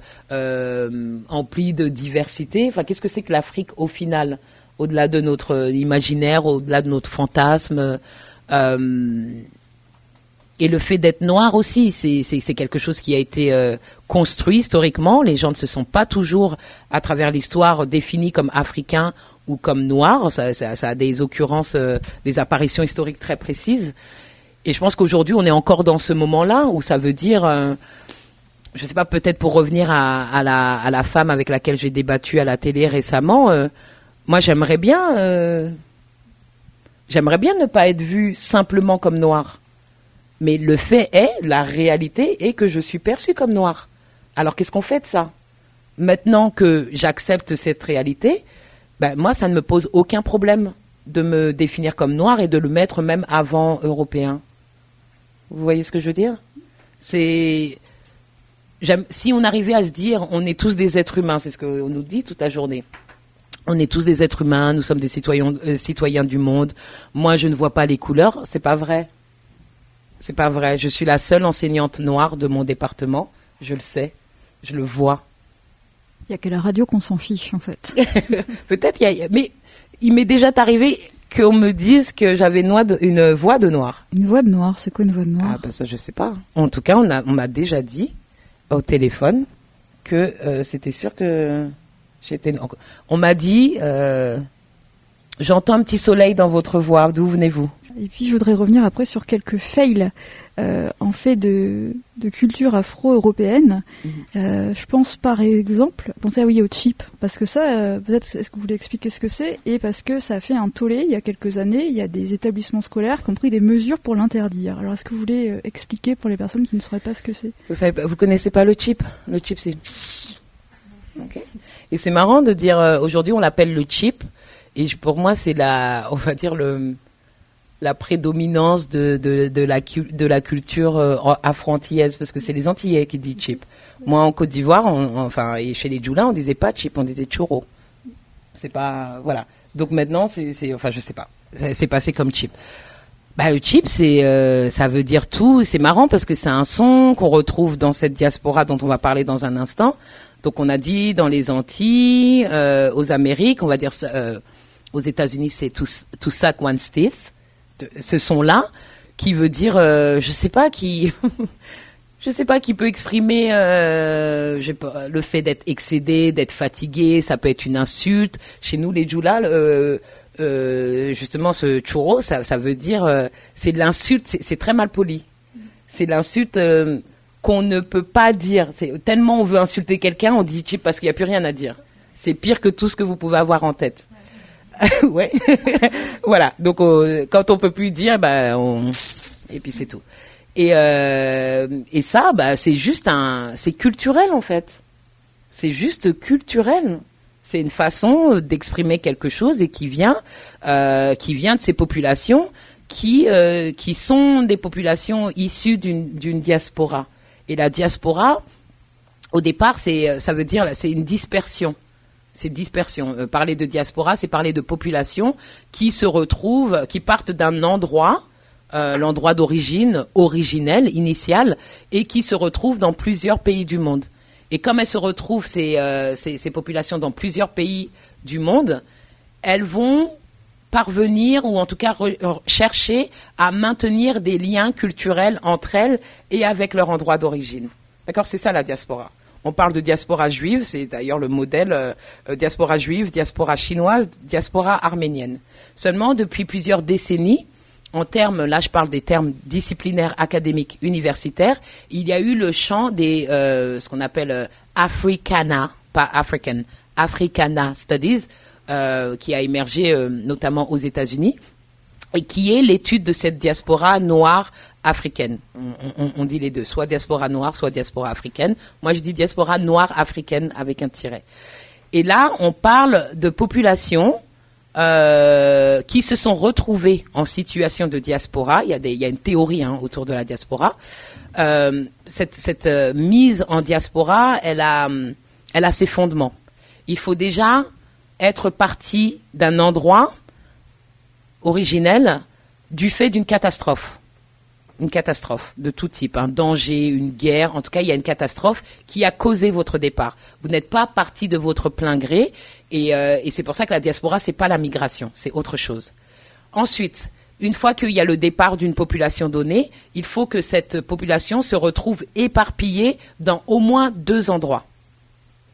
empli de diversité. Enfin, qu'est-ce que c'est que l'Afrique au final, au-delà de notre imaginaire, au-delà de notre fantasme et le fait d'être noir aussi, c'est quelque chose qui a été construit historiquement. Les gens ne se sont pas toujours, à travers l'histoire, définis comme africains ou comme noirs. Ça a des occurrences, des apparitions historiques très précises. Et je pense qu'aujourd'hui, on est encore dans ce moment-là où ça veut dire, je ne sais pas, peut-être pour revenir à la femme avec laquelle j'ai débattu à la télé récemment, moi j'aimerais bien ne pas être vue simplement comme noire. Mais le fait est, la réalité est que je suis perçue comme noire. Alors qu'est-ce qu'on fait de ça ? Maintenant que j'accepte cette réalité, moi ça ne me pose aucun problème de me définir comme noire et de le mettre même avant européen. Vous voyez ce que je veux dire ? Si on arrivait à se dire on est tous des êtres humains, c'est ce qu'on nous dit toute la journée. On est tous des êtres humains, nous sommes des citoyens du monde. Moi je ne vois pas les couleurs, c'est pas vrai. C'est pas vrai. Je suis la seule enseignante noire de mon département. Je le sais. Je le vois. Il n'y a qu'à la radio qu'on s'en fiche, en fait. Peut-être mais il m'est déjà arrivé qu'on me dise que j'avais une voix de noir. Une voix de noir, c'est quoi une voix de noir ? Ça, je sais pas. En tout cas, on m'a déjà dit au téléphone que c'était sûr que j'étais... On m'a dit, j'entends un petit soleil dans votre voix. D'où venez-vous ? Et puis je voudrais revenir après sur quelques fails en fait de culture afro-européenne. Je pense par exemple, pensez au chip, parce que ça, peut-être est-ce que vous voulez expliquer ce que c'est, et parce que ça a fait un tollé il y a quelques années, il y a des établissements scolaires qui ont pris des mesures pour l'interdire. Alors est-ce que vous voulez expliquer pour les personnes qui ne sauraient pas ce que c'est? Vous connaissez pas le chip? Le chip, c'est... Okay. Et c'est marrant de dire, aujourd'hui on l'appelle le chip, et pour moi c'est on va dire la prédominance de la culture afro-antillaise, parce que c'est les Antillais qui disent chip. Moi, en Côte d'Ivoire, et chez les Djoula, on disait pas chip, on disait churro. C'est pas, voilà. Donc maintenant, je sais pas. C'est passé comme chip. Le chip, ça veut dire tout. C'est marrant parce que c'est un son qu'on retrouve dans cette diaspora dont on va parler dans un instant. Donc on a dit dans les Antilles, aux Amériques, on va dire aux États-Unis, c'est to suck one's teeth. Ce son-là, qui veut dire, je sais pas, qui peut exprimer le fait d'être excédé, d'être fatigué. Ça peut être une insulte. Chez nous, les Djoula, justement, ce churro, ça veut dire, c'est de l'insulte. C'est très mal poli. C'est de l'insulte qu'on ne peut pas dire. Tellement on veut insulter quelqu'un, on dit chip parce qu'il n'y a plus rien à dire. C'est pire que tout ce que vous pouvez avoir en tête. Ouais. Voilà. Donc quand on peut plus dire, et puis c'est tout. Et ça, c'est juste c'est culturel en fait. C'est juste culturel. C'est une façon d'exprimer quelque chose et qui vient de ces populations qui sont des populations issues d'une diaspora. Et la diaspora, au départ, ça veut dire c'est une dispersion. C'est dispersion. Parler de diaspora, c'est parler de populations qui se retrouvent, qui partent d'un endroit, l'endroit d'origine, originel, initial, et qui se retrouvent dans plusieurs pays du monde. Et comme elles se retrouvent, ces populations, dans plusieurs pays du monde, elles vont parvenir, ou en tout cas chercher à maintenir des liens culturels entre elles et avec leur endroit d'origine. D'accord ? C'est ça la diaspora. On parle de diaspora juive, c'est d'ailleurs le modèle diaspora juive, diaspora chinoise, diaspora arménienne. Seulement, depuis plusieurs décennies, là je parle des termes disciplinaires, académiques, universitaires, il y a eu le champ des, ce qu'on appelle Africana, pas African, Africana Studies, qui a émergé notamment aux États-Unis, et qui est l'étude de cette diaspora noire africaine. On dit les deux, soit diaspora noire, soit diaspora africaine. Moi, je dis diaspora noire africaine avec un tiret. Et là, on parle de populations qui se sont retrouvées en situation de diaspora. Il y a une théorie autour de la diaspora. Cette mise en diaspora, elle a ses fondements. Il faut déjà être parti d'un endroit originel du fait d'une catastrophe. Une catastrophe de tout type, un danger, une guerre, en tout cas il y a une catastrophe qui a causé votre départ. Vous n'êtes pas parti de votre plein gré et c'est pour ça que la diaspora c'est pas la migration, c'est autre chose. Ensuite, une fois qu'il y a le départ d'une population donnée, il faut que cette population se retrouve éparpillée dans au moins 2 endroits. Ok ?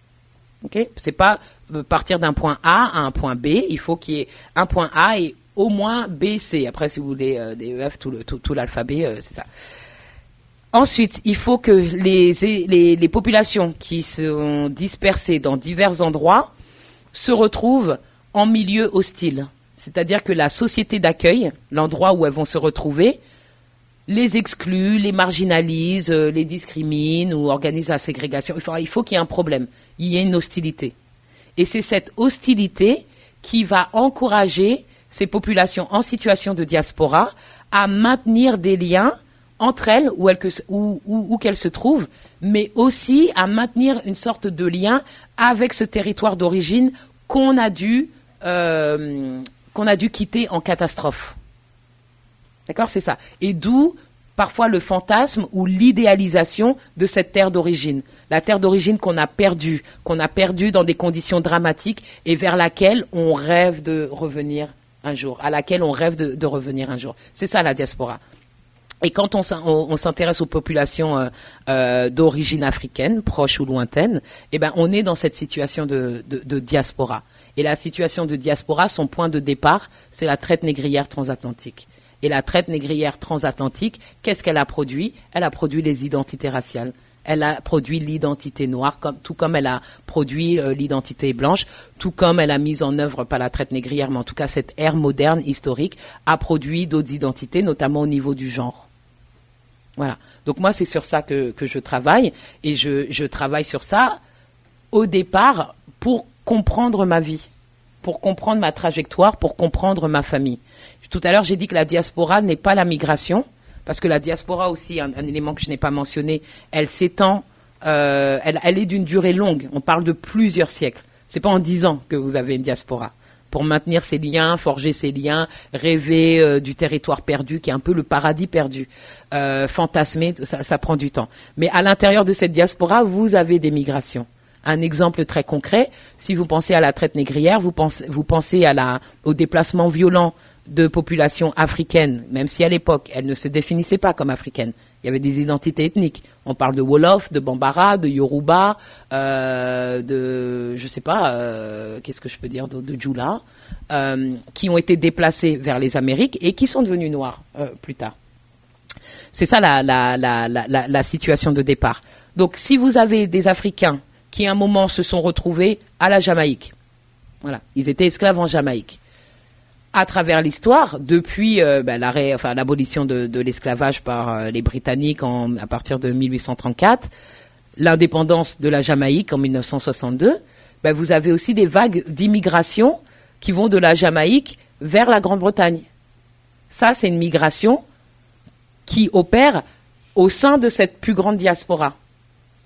C'est pas partir d'un point A à un point B, il faut qu'il y ait un point A et au moins B, C. Après, si vous voulez des EF, tout l'alphabet, c'est ça. Ensuite, il faut que les populations qui sont dispersées dans divers endroits se retrouvent en milieu hostile. C'est-à-dire que la société d'accueil, l'endroit où elles vont se retrouver, les exclut, les marginalise, les discrimine ou organise la ségrégation. Il faut qu'il y ait un problème. Il y ait une hostilité. Et c'est cette hostilité qui va encourager ces populations en situation de diaspora à maintenir des liens entre elles où qu'elles se trouvent, mais aussi à maintenir une sorte de lien avec ce territoire d'origine qu'on a dû quitter en catastrophe. D'accord, c'est ça. Et d'où parfois le fantasme ou l'idéalisation de cette terre d'origine. La terre d'origine qu'on a perdue dans des conditions dramatiques et vers laquelle on rêve de revenir un jour, à laquelle on rêve de revenir un jour. C'est ça la diaspora. Et quand on s'intéresse aux populations d'origine africaine, proche ou lointaine, eh ben on est dans cette situation de diaspora. Et la situation de diaspora, son point de départ, c'est la traite négrière transatlantique. Et la traite négrière transatlantique, qu'est-ce qu'elle a produit? Elle a produit les identités raciales. Elle a produit l'identité noire, tout comme elle a produit l'identité blanche, tout comme elle a mis en œuvre, pas la traite négrière, mais en tout cas cette ère moderne, historique, a produit d'autres identités, notamment au niveau du genre. Voilà. Donc moi, c'est sur ça que je travaille, et je travaille sur ça au départ pour comprendre ma vie, pour comprendre ma trajectoire, pour comprendre ma famille. Tout à l'heure, j'ai dit que la diaspora n'est pas la migration, parce que la diaspora aussi, un élément que je n'ai pas mentionné, elle s'étend, elle est d'une durée longue. On parle de plusieurs siècles. C'est pas en 10 ans que vous avez une diaspora. Pour maintenir ces liens, forger ces liens, rêver du territoire perdu, qui est un peu le paradis perdu, fantasmer, ça prend du temps. Mais à l'intérieur de cette diaspora, vous avez des migrations. Un exemple très concret, si vous pensez à la traite négrière, vous pensez au déplacement violent de populations africaines, même si à l'époque, elles ne se définissaient pas comme africaines. Il y avait des identités ethniques. On parle de Wolof, de Bambara, de Yoruba, je sais pas, qu'est-ce que je peux dire, de Djoula, qui ont été déplacés vers les Amériques et qui sont devenus noirs plus tard. C'est ça la situation de départ. Donc, si vous avez des Africains qui, à un moment, se sont retrouvés à la Jamaïque, voilà, ils étaient esclaves en Jamaïque. À travers l'histoire, depuis l'abolition de l'esclavage par les Britanniques à partir de 1834, l'indépendance de la Jamaïque en 1962, vous avez aussi des vagues d'immigration qui vont de la Jamaïque vers la Grande-Bretagne. Ça, c'est une migration qui opère au sein de cette plus grande diaspora. D'accord ?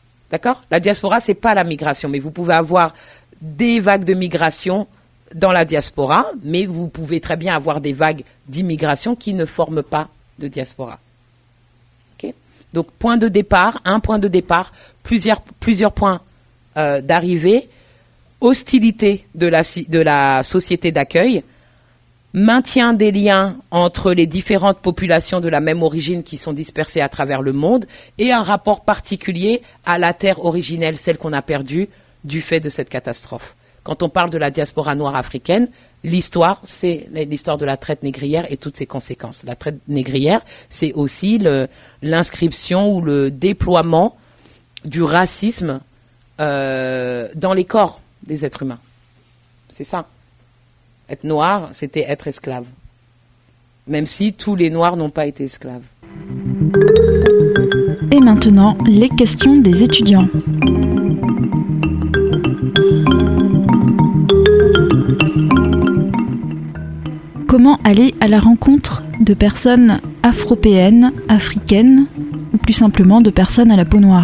La diaspora, c'est pas la migration, mais vous pouvez avoir des vagues de migration dans la diaspora, mais vous pouvez très bien avoir des vagues d'immigration qui ne forment pas de diaspora. Okay ? Donc, point de départ, plusieurs points d'arrivée, hostilité de la société d'accueil, maintien des liens entre les différentes populations de la même origine qui sont dispersées à travers le monde, et un rapport particulier à la terre originelle, celle qu'on a perdue du fait de cette catastrophe. Quand on parle de la diaspora noire africaine, l'histoire, c'est l'histoire de la traite négrière et toutes ses conséquences. La traite négrière, c'est aussi l'inscription ou le déploiement du racisme dans les corps des êtres humains. C'est ça. Être noir, c'était être esclave. Même si tous les noirs n'ont pas été esclaves. Et maintenant, les questions des étudiants. Comment aller à la rencontre de personnes afropéennes, africaines, ou plus simplement de personnes à la peau noire ?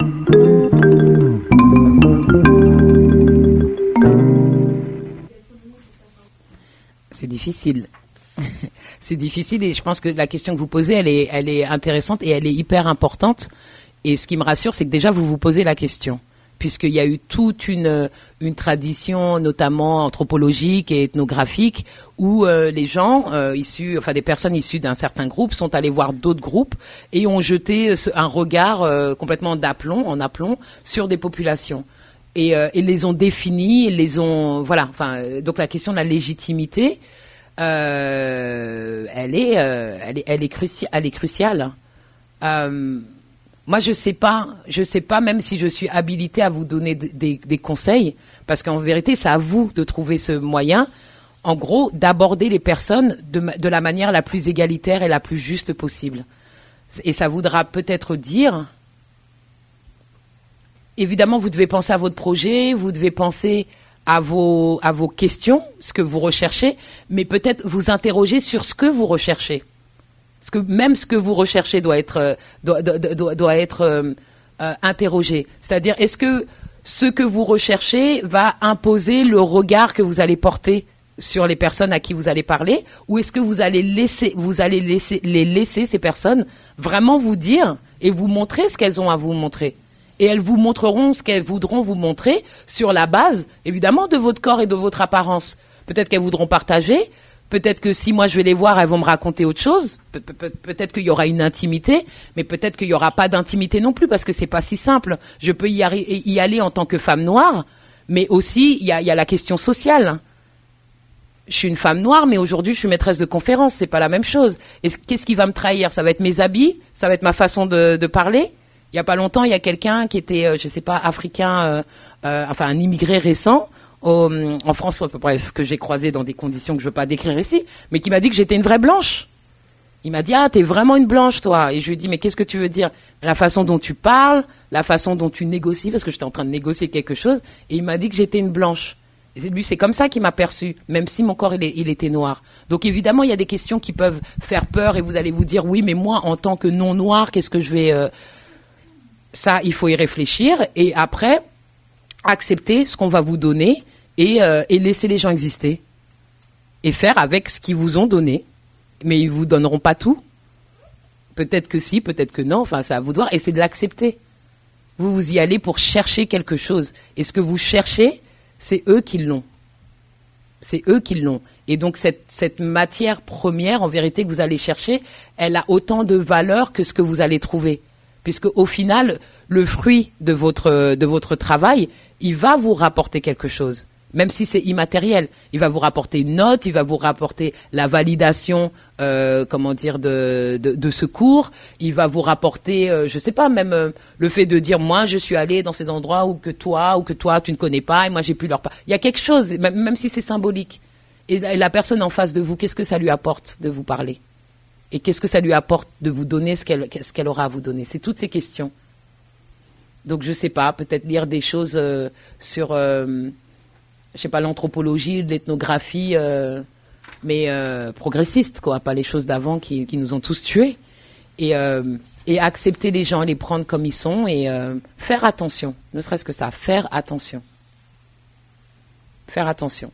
C'est difficile. C'est difficile et je pense que la question que vous posez, elle est intéressante et elle est hyper importante. Et ce qui me rassure, c'est que déjà vous vous posez la question. Puisqu'il y a eu toute une tradition, notamment anthropologique et ethnographique, où les gens des personnes issues d'un certain groupe sont allées voir d'autres groupes et ont jeté un regard complètement en aplomb sur des populations. Et les ont définies, donc la question de la légitimité, elle est cruciale. Moi, je sais pas, même si je suis habilitée à vous donner des conseils, parce qu'en vérité, c'est à vous de trouver ce moyen, en gros, d'aborder les personnes de la manière la plus égalitaire et la plus juste possible. Et ça voudra peut-être dire, évidemment, vous devez penser à votre projet, vous devez penser à vos questions, ce que vous recherchez, mais peut-être vous interroger sur ce que vous recherchez. Parce que même ce que vous recherchez doit être interrogé. C'est-à-dire, est-ce que ce que vous recherchez va imposer le regard que vous allez porter sur les personnes à qui vous allez parler, ou est-ce que vous allez laisser ces personnes vraiment vous dire et vous montrer ce qu'elles ont à vous montrer. Et elles vous montreront ce qu'elles voudront vous montrer sur la base, évidemment, de votre corps et de votre apparence. Peut-être qu'elles voudront partager. Peut-être que si moi je vais les voir, elles vont me raconter autre chose. Peut-être qu'il y aura une intimité, mais peut-être qu'il n'y aura pas d'intimité non plus, parce que c'est pas si simple. Je peux y aller en tant que femme noire, mais aussi il y a la question sociale. je suis une femme noire, mais aujourd'hui, je suis maîtresse de conférence. C'est pas la même chose. Et qu'est-ce qui va me trahir? Ça va être mes habits, ça va être ma façon de parler. Il y a pas longtemps, il y a quelqu'un qui était, je sais pas, africain, enfin un immigré récent en France, bref, que j'ai croisé dans des conditions que je veux pas décrire ici, mais qui m'a dit que j'étais une vraie blanche. Il m'a dit, ah, t'es vraiment une blanche, toi. Et je lui ai dit, mais qu'est-ce que tu veux dire? La façon dont tu parles, la façon dont tu négocies, parce que j'étais en train de négocier quelque chose, et il m'a dit que j'étais une blanche. Et lui, c'est comme ça qu'il m'a perçu, même si mon corps, il était noir. Donc évidemment, il y a des questions qui peuvent faire peur, et vous allez vous dire, oui, mais moi, en tant que non-noir, qu'est-ce que je vais... Ça, il faut y réfléchir, et après, accepter ce qu'on va vous donner, et laisser les gens exister. Et faire avec ce qu'ils vous ont donné. Mais ils vous donneront pas tout. Peut-être que si, peut-être que non. Enfin, c'est à vous de voir. Et c'est de l'accepter. Vous y allez pour chercher quelque chose. Et ce que vous cherchez, c'est eux qui l'ont. C'est eux qui l'ont. Et donc, cette matière première, en vérité, que vous allez chercher, elle a autant de valeur que ce que vous allez trouver. Puisque, au final, le fruit de votre travail, il va vous rapporter quelque chose. Même si c'est immatériel, il va vous rapporter une note, il va vous rapporter la validation, de ce cours, il va vous rapporter, je sais pas, même le fait de dire moi je suis allé dans ces endroits où que toi tu ne connais pas et moi j'ai pu leur parler. Il y a quelque chose, même si c'est symbolique. Et la personne en face de vous, qu'est-ce que ça lui apporte de vous parler? Et qu'est-ce que ça lui apporte de vous donner ce qu'elle aura à vous donner? C'est toutes ces questions. Donc je sais pas, peut-être lire des choses sur je sais pas, l'anthropologie, l'ethnographie, mais progressiste, quoi, pas les choses d'avant qui nous ont tous tués. Et accepter les gens, les prendre comme ils sont et faire attention, ne serait-ce que ça, faire attention. Faire attention.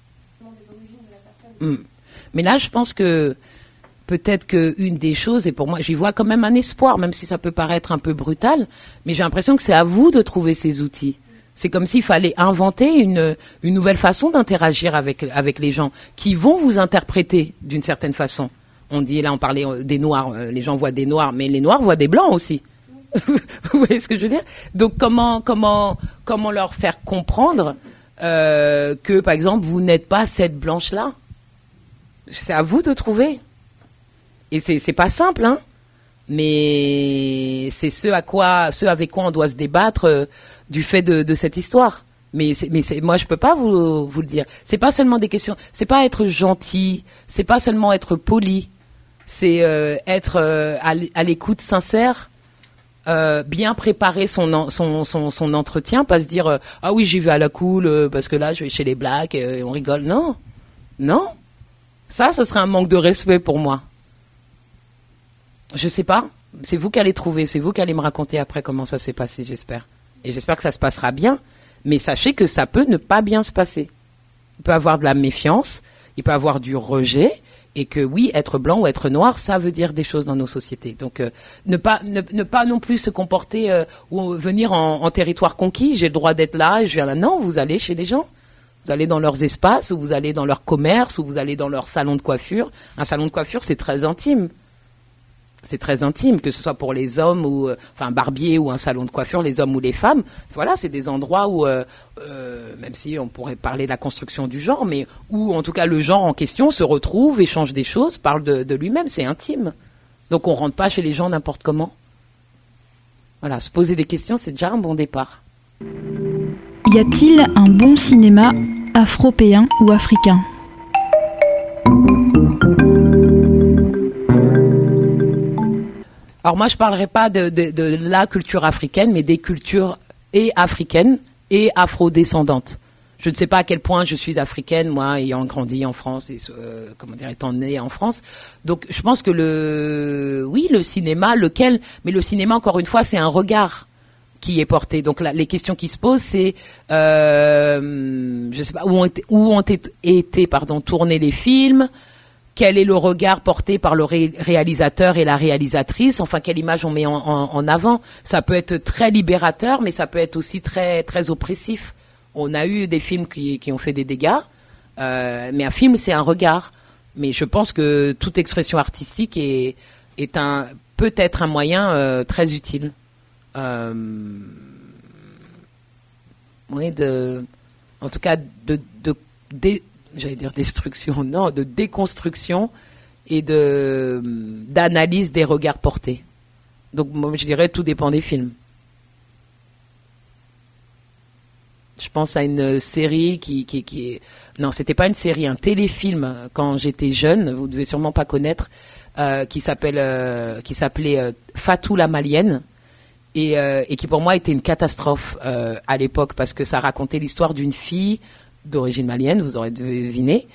Mais là, je pense que peut-être qu'une des choses, et pour moi, j'y vois quand même un espoir, même si ça peut paraître un peu brutal, mais j'ai l'impression que c'est à vous de trouver ces outils. C'est comme s'il fallait inventer une nouvelle façon d'interagir avec les gens qui vont vous interpréter d'une certaine façon. On dit, là on parlait des noirs, les gens voient des noirs, mais les noirs voient des blancs aussi. Vous voyez ce que je veux dire? Donc comment leur faire comprendre que par exemple vous n'êtes pas cette blanche-là? C'est à vous de trouver. Et c'est pas simple, hein? Mais c'est ce avec quoi on doit se débattre du fait de cette histoire. Mais moi, je peux pas vous le dire. C'est pas seulement des questions. C'est pas être gentil. C'est pas seulement être poli. C'est être à l'écoute sincère, bien préparer son entretien, pas se dire ah oui j'y vais à la cool parce que là je vais chez les blacks et on rigole. Non. Ça serait un manque de respect pour moi. Je sais pas. C'est vous qui allez trouver. C'est vous qui allez me raconter après comment ça s'est passé, j'espère. Et j'espère que ça se passera bien. Mais sachez que ça peut ne pas bien se passer. Il peut y avoir de la méfiance. Il peut y avoir du rejet. Et que oui, être blanc ou être noir, ça veut dire des choses dans nos sociétés. Donc, ne pas non plus se comporter ou venir en territoire conquis. J'ai le droit d'être là et je viens là. Non, vous allez chez des gens. Vous allez dans leurs espaces, ou vous allez dans leur commerce, ou vous allez dans leur salon de coiffure. Un salon de coiffure, c'est très intime. C'est très intime, que ce soit pour les hommes ou un barbier ou un salon de coiffure, les hommes ou les femmes. Voilà, c'est des endroits où, même si on pourrait parler de la construction du genre, mais où en tout cas le genre en question se retrouve, échange des choses, parle de lui-même, c'est intime. Donc on rentre pas chez les gens n'importe comment. Voilà, se poser des questions, c'est déjà un bon départ. Y a-t-il un bon cinéma afropéen ou africain ? Alors moi, je parlerai pas de la culture africaine, mais des cultures et africaines et afro-descendantes. Je ne sais pas à quel point je suis africaine, moi, ayant grandi en France et étant née en France. Donc, je pense que le cinéma, mais le cinéma, encore une fois, c'est un regard qui est porté. Donc, les questions qui se posent, c'est, je sais pas, où ont été tournés les films. Quel est le regard porté par le réalisateur et la réalisatrice? Enfin, quelle image on met en avant? Ça peut être très libérateur, mais ça peut être aussi très, très oppressif. On a eu des films qui ont fait des dégâts, mais un film, c'est un regard. Mais je pense que toute expression artistique peut être un moyen très utile. Oui, en tout cas, j'allais dire destruction, non, de déconstruction et d'analyse des regards portés. Donc moi je dirais tout dépend des films. Je pense à une série qui est... Non, c'était pas une série, un téléfilm quand j'étais jeune, vous devez sûrement pas connaître, qui s'appelait Fatou la Malienne et qui pour moi était une catastrophe à l'époque parce que ça racontait l'histoire d'une fille d'origine malienne, vous aurez deviné,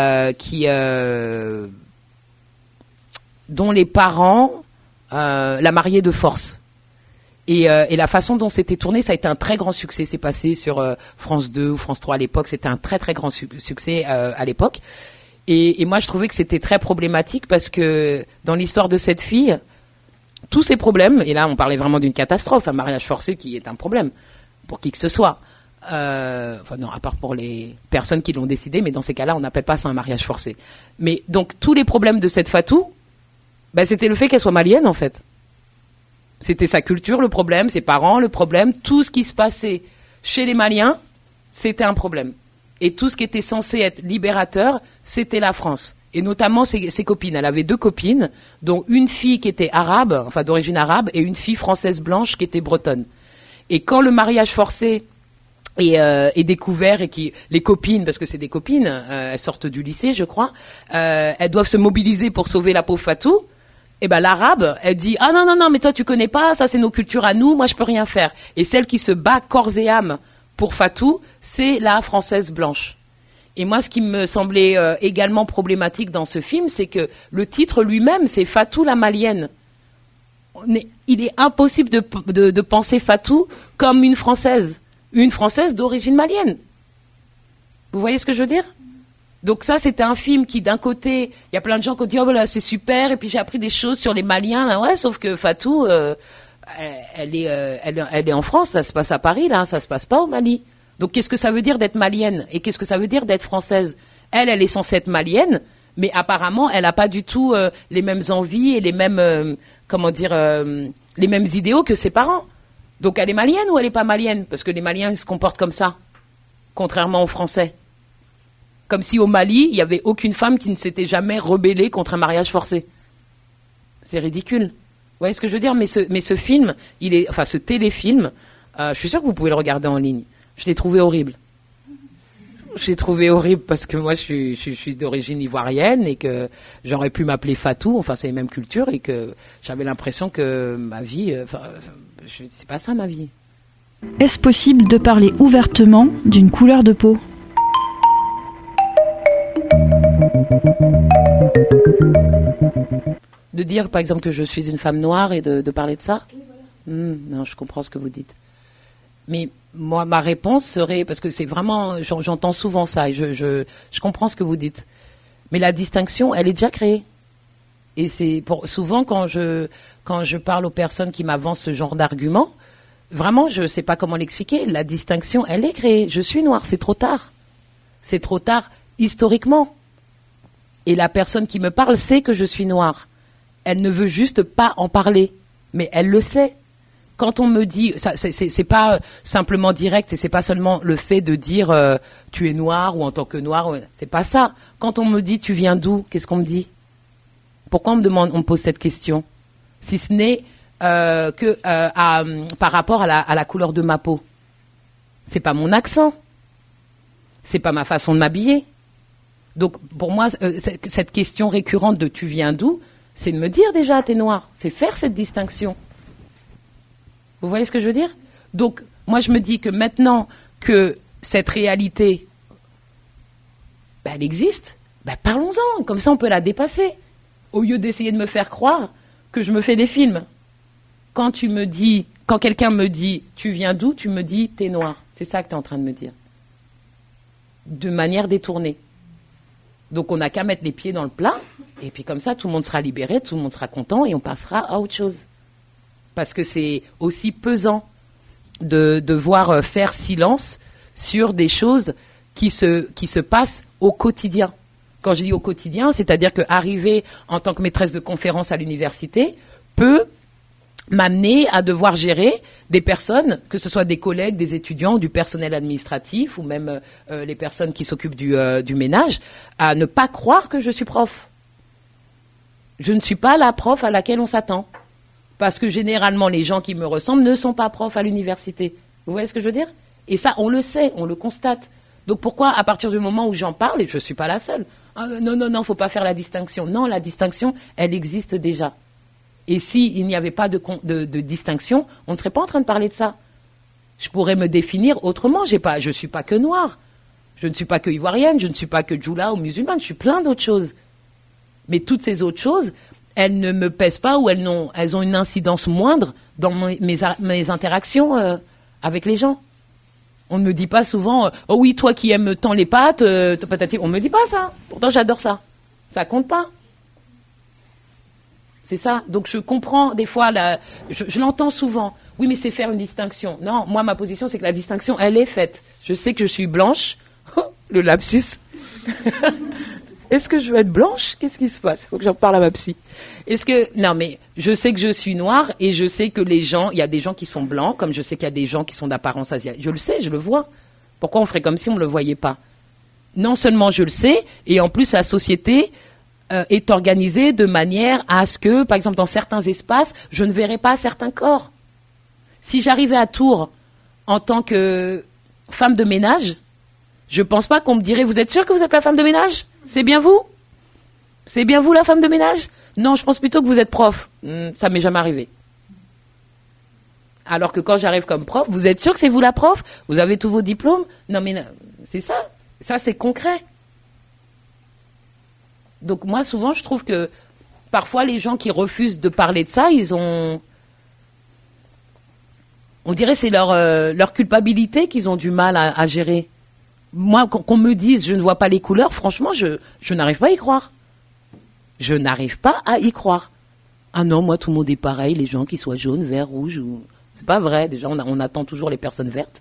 dont les parents la mariaient de force. Et la façon dont c'était tourné, ça a été un très grand succès. C'est passé sur France 2 ou France 3 à l'époque. C'était un très très grand succès à l'époque. Et moi, je trouvais que c'était très problématique parce que dans l'histoire de cette fille, tous ces problèmes, et là on parlait vraiment d'une catastrophe, un mariage forcé qui est un problème pour qui que ce soit. Enfin non, à part pour les personnes qui l'ont décidé, mais dans ces cas-là, on n'appelle pas ça un mariage forcé. Mais donc tous les problèmes de cette Fatou, ben, c'était le fait qu'elle soit malienne en fait. C'était sa culture le problème, ses parents le problème, tout ce qui se passait chez les Maliens, c'était un problème. Et tout ce qui était censé être libérateur, c'était la France. Et notamment ses copines. Elle avait 2 copines, dont une fille qui était arabe, enfin d'origine arabe, et une fille française blanche qui était bretonne. Et quand le mariage forcé est découvert et les copines, parce que c'est des copines, elles sortent du lycée, je crois, elles doivent se mobiliser pour sauver la pauvre Fatou. Et ben l'arabe, elle dit ah non mais toi tu connais pas, ça c'est nos cultures à nous, moi je peux rien faire. Et celle qui se bat corps et âme pour Fatou, c'est la française blanche. Et moi ce qui me semblait également problématique dans ce film, c'est que le titre lui-même c'est Fatou la malienne. Il est impossible de penser Fatou comme une française d'origine malienne. Vous voyez ce que je veux dire? Donc ça, c'était un film qui, d'un côté, il y a plein de gens qui ont dit « Oh, voilà, c'est super », et puis j'ai appris des choses sur les Maliens, là, ouais, sauf que Fatou, elle est en France, ça se passe à Paris, là, ça se passe pas au Mali. Donc qu'est-ce que ça veut dire d'être malienne? Et qu'est-ce que ça veut dire d'être française? Elle est censée être malienne, mais apparemment, elle n'a pas du tout les mêmes envies et les mêmes, les mêmes idéaux que ses parents. Donc elle est malienne ou elle n'est pas malienne? Parce que les Maliens, ils se comportent comme ça, contrairement aux Français. Comme si au Mali, il n'y avait aucune femme qui ne s'était jamais rebellée contre un mariage forcé. C'est ridicule. Vous voyez ce que je veux dire? Mais ce film, ce téléfilm, je suis sûre que vous pouvez le regarder en ligne. Je l'ai trouvé horrible. Je l'ai trouvé horrible parce que moi, je suis d'origine ivoirienne et que j'aurais pu m'appeler Fatou, enfin c'est les mêmes cultures, et que j'avais l'impression que ma vie, c'est pas ça ma vie. Est-ce possible de parler ouvertement d'une couleur de peau ? De dire, par exemple, que je suis une femme noire et de parler de ça? Non, je comprends ce que vous dites. Mais moi, ma réponse serait, parce que c'est vraiment, j'entends souvent ça, et je comprends ce que vous dites. Mais la distinction, elle est déjà créée. Et c'est souvent quand je parle aux personnes qui m'avancent ce genre d'argument, vraiment, je ne sais pas comment l'expliquer. La distinction, elle est créée. Je suis noire, c'est trop tard. C'est trop tard historiquement. Et la personne qui me parle sait que je suis noire. Elle ne veut juste pas en parler, mais elle le sait. Quand on me dit, ça, c'est pas simplement direct, et c'est pas seulement le fait de dire tu es noire ou en tant que noire, c'est pas ça. Quand on me dit tu viens d'où, qu'est-ce qu'on me dit? Pourquoi on me pose cette question? Si ce n'est par rapport à la couleur de ma peau. C'est pas mon accent, c'est pas ma façon de m'habiller. Donc pour moi, cette question récurrente de tu viens d'où, c'est de me dire déjà t'es noir, c'est faire cette distinction. Vous voyez ce que je veux dire? Donc moi je me dis que maintenant que cette réalité, elle existe, parlons-en, comme ça on peut la dépasser. Au lieu d'essayer de me faire croire que je me fais des films. Quand quelqu'un me dit tu viens d'où, tu me dis t'es noir. C'est ça que tu es en train de me dire. De manière détournée. Donc on n'a qu'à mettre les pieds dans le plat, et puis comme ça tout le monde sera libéré, tout le monde sera content, et on passera à autre chose. Parce que c'est aussi pesant de devoir faire silence sur des choses qui se passent au quotidien. Quand je dis au quotidien, c'est-à-dire qu'arriver en tant que maîtresse de conférence à l'université peut m'amener à devoir gérer des personnes, que ce soit des collègues, des étudiants, du personnel administratif ou même les personnes qui s'occupent du ménage, à ne pas croire que je suis prof. Je ne suis pas la prof à laquelle on s'attend. Parce que généralement, les gens qui me ressemblent ne sont pas profs à l'université. Vous voyez ce que je veux dire? Et ça, on le sait, on le constate. Donc pourquoi, à partir du moment où j'en parle, et je ne suis pas la seule, non, faut pas faire la distinction. Non, la distinction, elle existe déjà. Et s'il n'y avait pas de distinction, on ne serait pas en train de parler de ça. Je pourrais me définir autrement. Je ne suis pas que noire. Je ne suis pas que ivoirienne. Je ne suis pas que djoula ou musulmane. Je suis plein d'autres choses. Mais toutes ces autres choses, elles ne me pèsent pas ou elles ont une incidence moindre dans mes interactions avec les gens. On ne me dit pas souvent « Oh oui, toi qui aimes tant les pâtes, patati. » On ne me dit pas ça. Pourtant, j'adore ça. Ça compte pas. C'est ça. Donc, je comprends des fois, je l'entends souvent. Oui, mais c'est faire une distinction. Non, moi, ma position, c'est que la distinction, elle est faite. Je sais que je suis blanche. Oh, le lapsus. Est-ce que je veux être blanche? Qu'est-ce qui se passe? Il faut que j'en parle à ma psy. Non, mais je sais que je suis noire et je sais que il y a des gens qui sont blancs, comme je sais qu'il y a des gens qui sont d'apparence asiatique. Je le sais, je le vois. Pourquoi on ferait comme si on ne le voyait pas? Non seulement je le sais, et en plus, la société est organisée de manière à ce que, par exemple, dans certains espaces, je ne verrai pas certains corps. Si j'arrivais à Tours en tant que femme de ménage, je ne pense pas qu'on me dirait « Vous êtes sûre que vous êtes la femme de ménage? C'est bien vous? C'est bien vous la femme de ménage? Non, je pense plutôt que vous êtes prof. Ça m'est jamais arrivé. Alors que quand j'arrive comme prof, vous êtes sûr que c'est vous la prof? Vous avez tous vos diplômes? Non, mais c'est ça. Ça, c'est concret. Donc moi, souvent, je trouve que parfois, les gens qui refusent de parler de ça, on dirait que c'est leur culpabilité qu'ils ont du mal à gérer. Moi, qu'on me dise je ne vois pas les couleurs, franchement, je n'arrive pas à y croire. Je n'arrive pas à y croire. Ah non, moi, tout le monde est pareil, les gens qui soient jaunes, verts, rouges. C'est pas vrai. Déjà, on attend toujours les personnes vertes.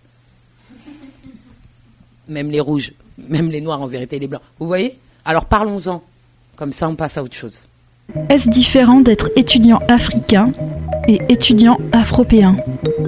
Même les rouges, même les noirs, en vérité, les blancs. Vous voyez? Alors, parlons-en. Comme ça, on passe à autre chose. Est-ce différent d'être étudiant africain et étudiant afropéen?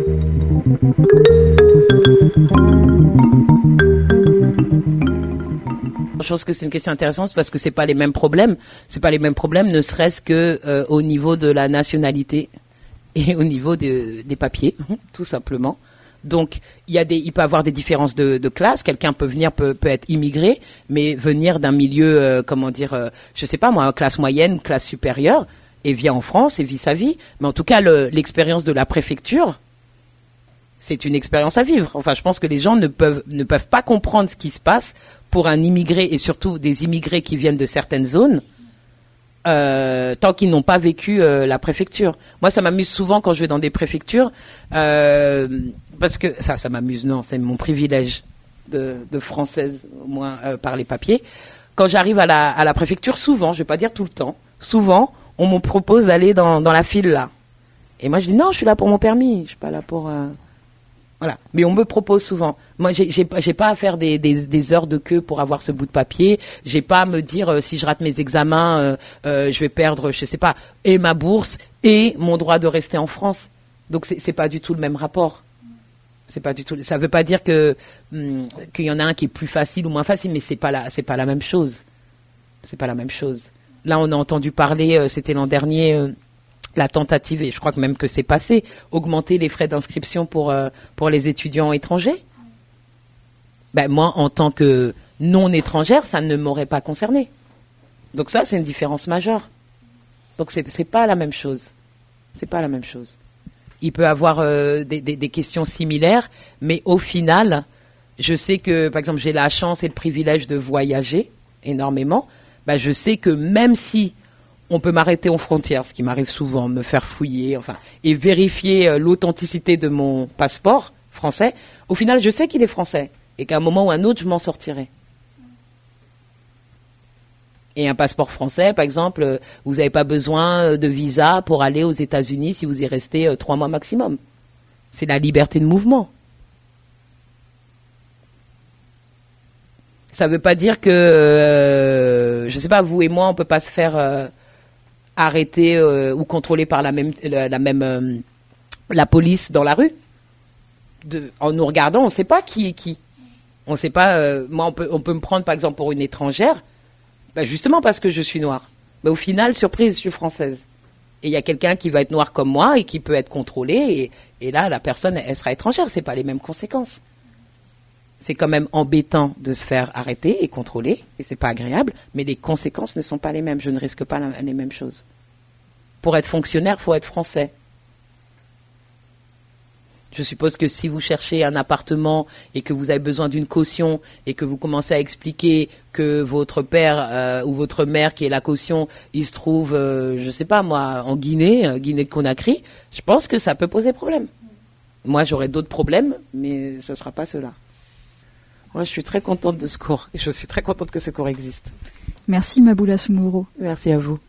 Je pense que c'est une question intéressante parce que c'est pas les mêmes problèmes. C'est pas les mêmes problèmes, ne serait-ce que au niveau de la nationalité et au niveau des papiers, tout simplement. Donc, il peut y avoir des différences de classe. Quelqu'un peut être immigré, mais venir d'un milieu, je sais pas moi, classe moyenne, classe supérieure, et vient en France et vit sa vie. Mais en tout cas, l'expérience de la préfecture, c'est une expérience à vivre. Enfin, je pense que les gens ne peuvent pas comprendre ce qui se passe pour un immigré et surtout des immigrés qui viennent de certaines zones, tant qu'ils n'ont pas vécu la préfecture. Moi, ça m'amuse souvent quand je vais dans des préfectures, parce que ça m'amuse, non, c'est mon privilège de française, au moins par les papiers. Quand j'arrive à la préfecture, souvent, je vais pas dire tout le temps, souvent, on me propose d'aller dans la file là. Et moi, je dis non, je suis là pour mon permis, je suis pas là pour... Voilà. Mais on me propose souvent. Moi, j'ai pas à faire des heures de queue pour avoir ce bout de papier. J'ai pas à me dire si je rate mes examens, je vais perdre, je sais pas, et ma bourse et mon droit de rester en France. Donc c'est pas du tout le même rapport. C'est pas du tout. Ça veut pas dire qu'il y en a un qui est plus facile ou moins facile, mais c'est pas la même chose. C'est pas la même chose. Là, on a entendu parler, c'était l'an dernier. La tentative, et je crois que même que c'est passé, augmenter les frais d'inscription pour les étudiants étrangers. Ben, moi, en tant que non-étrangère, ça ne m'aurait pas concerné. Donc ça, c'est une différence majeure. Donc c'est pas la même chose. C'est pas la même chose. Il peut y avoir des questions similaires, mais au final, je sais que, par exemple, j'ai la chance et le privilège de voyager énormément. Ben, je sais que même si on peut m'arrêter aux frontières, ce qui m'arrive souvent, me faire fouiller, et vérifier l'authenticité de mon passeport français. Au final, je sais qu'il est français et qu'à un moment ou un autre, je m'en sortirai. Et un passeport français, par exemple, vous n'avez pas besoin de visa pour aller aux États-Unis si vous y restez 3 mois maximum. C'est la liberté de mouvement. Ça ne veut pas dire que, je ne sais pas, vous et moi, on ne peut pas se faire arrêtés ou contrôlés par la police dans la rue. En nous regardant, on ne sait pas qui est qui. On sait pas. Moi, on peut me prendre par exemple pour une étrangère, justement parce que je suis noire. Mais au final, surprise, je suis française. Et il y a quelqu'un qui va être noir comme moi et qui peut être contrôlé. Et là, la personne, elle sera étrangère. C'est pas les mêmes conséquences. C'est quand même embêtant de se faire arrêter et contrôler. Et c'est pas agréable. Mais les conséquences ne sont pas les mêmes. Je ne risque pas les mêmes choses. Pour être fonctionnaire, il faut être français. Je suppose que si vous cherchez un appartement et que vous avez besoin d'une caution et que vous commencez à expliquer que votre père ou votre mère qui est la caution, il se trouve, je sais pas moi, en Guinée-Conakry, je pense que ça peut poser problème. Moi, j'aurai d'autres problèmes, mais ce ne sera pas cela. Moi, je suis très contente de ce cours et je suis très contente que ce cours existe. Merci Maboula Soumouro. Merci à vous.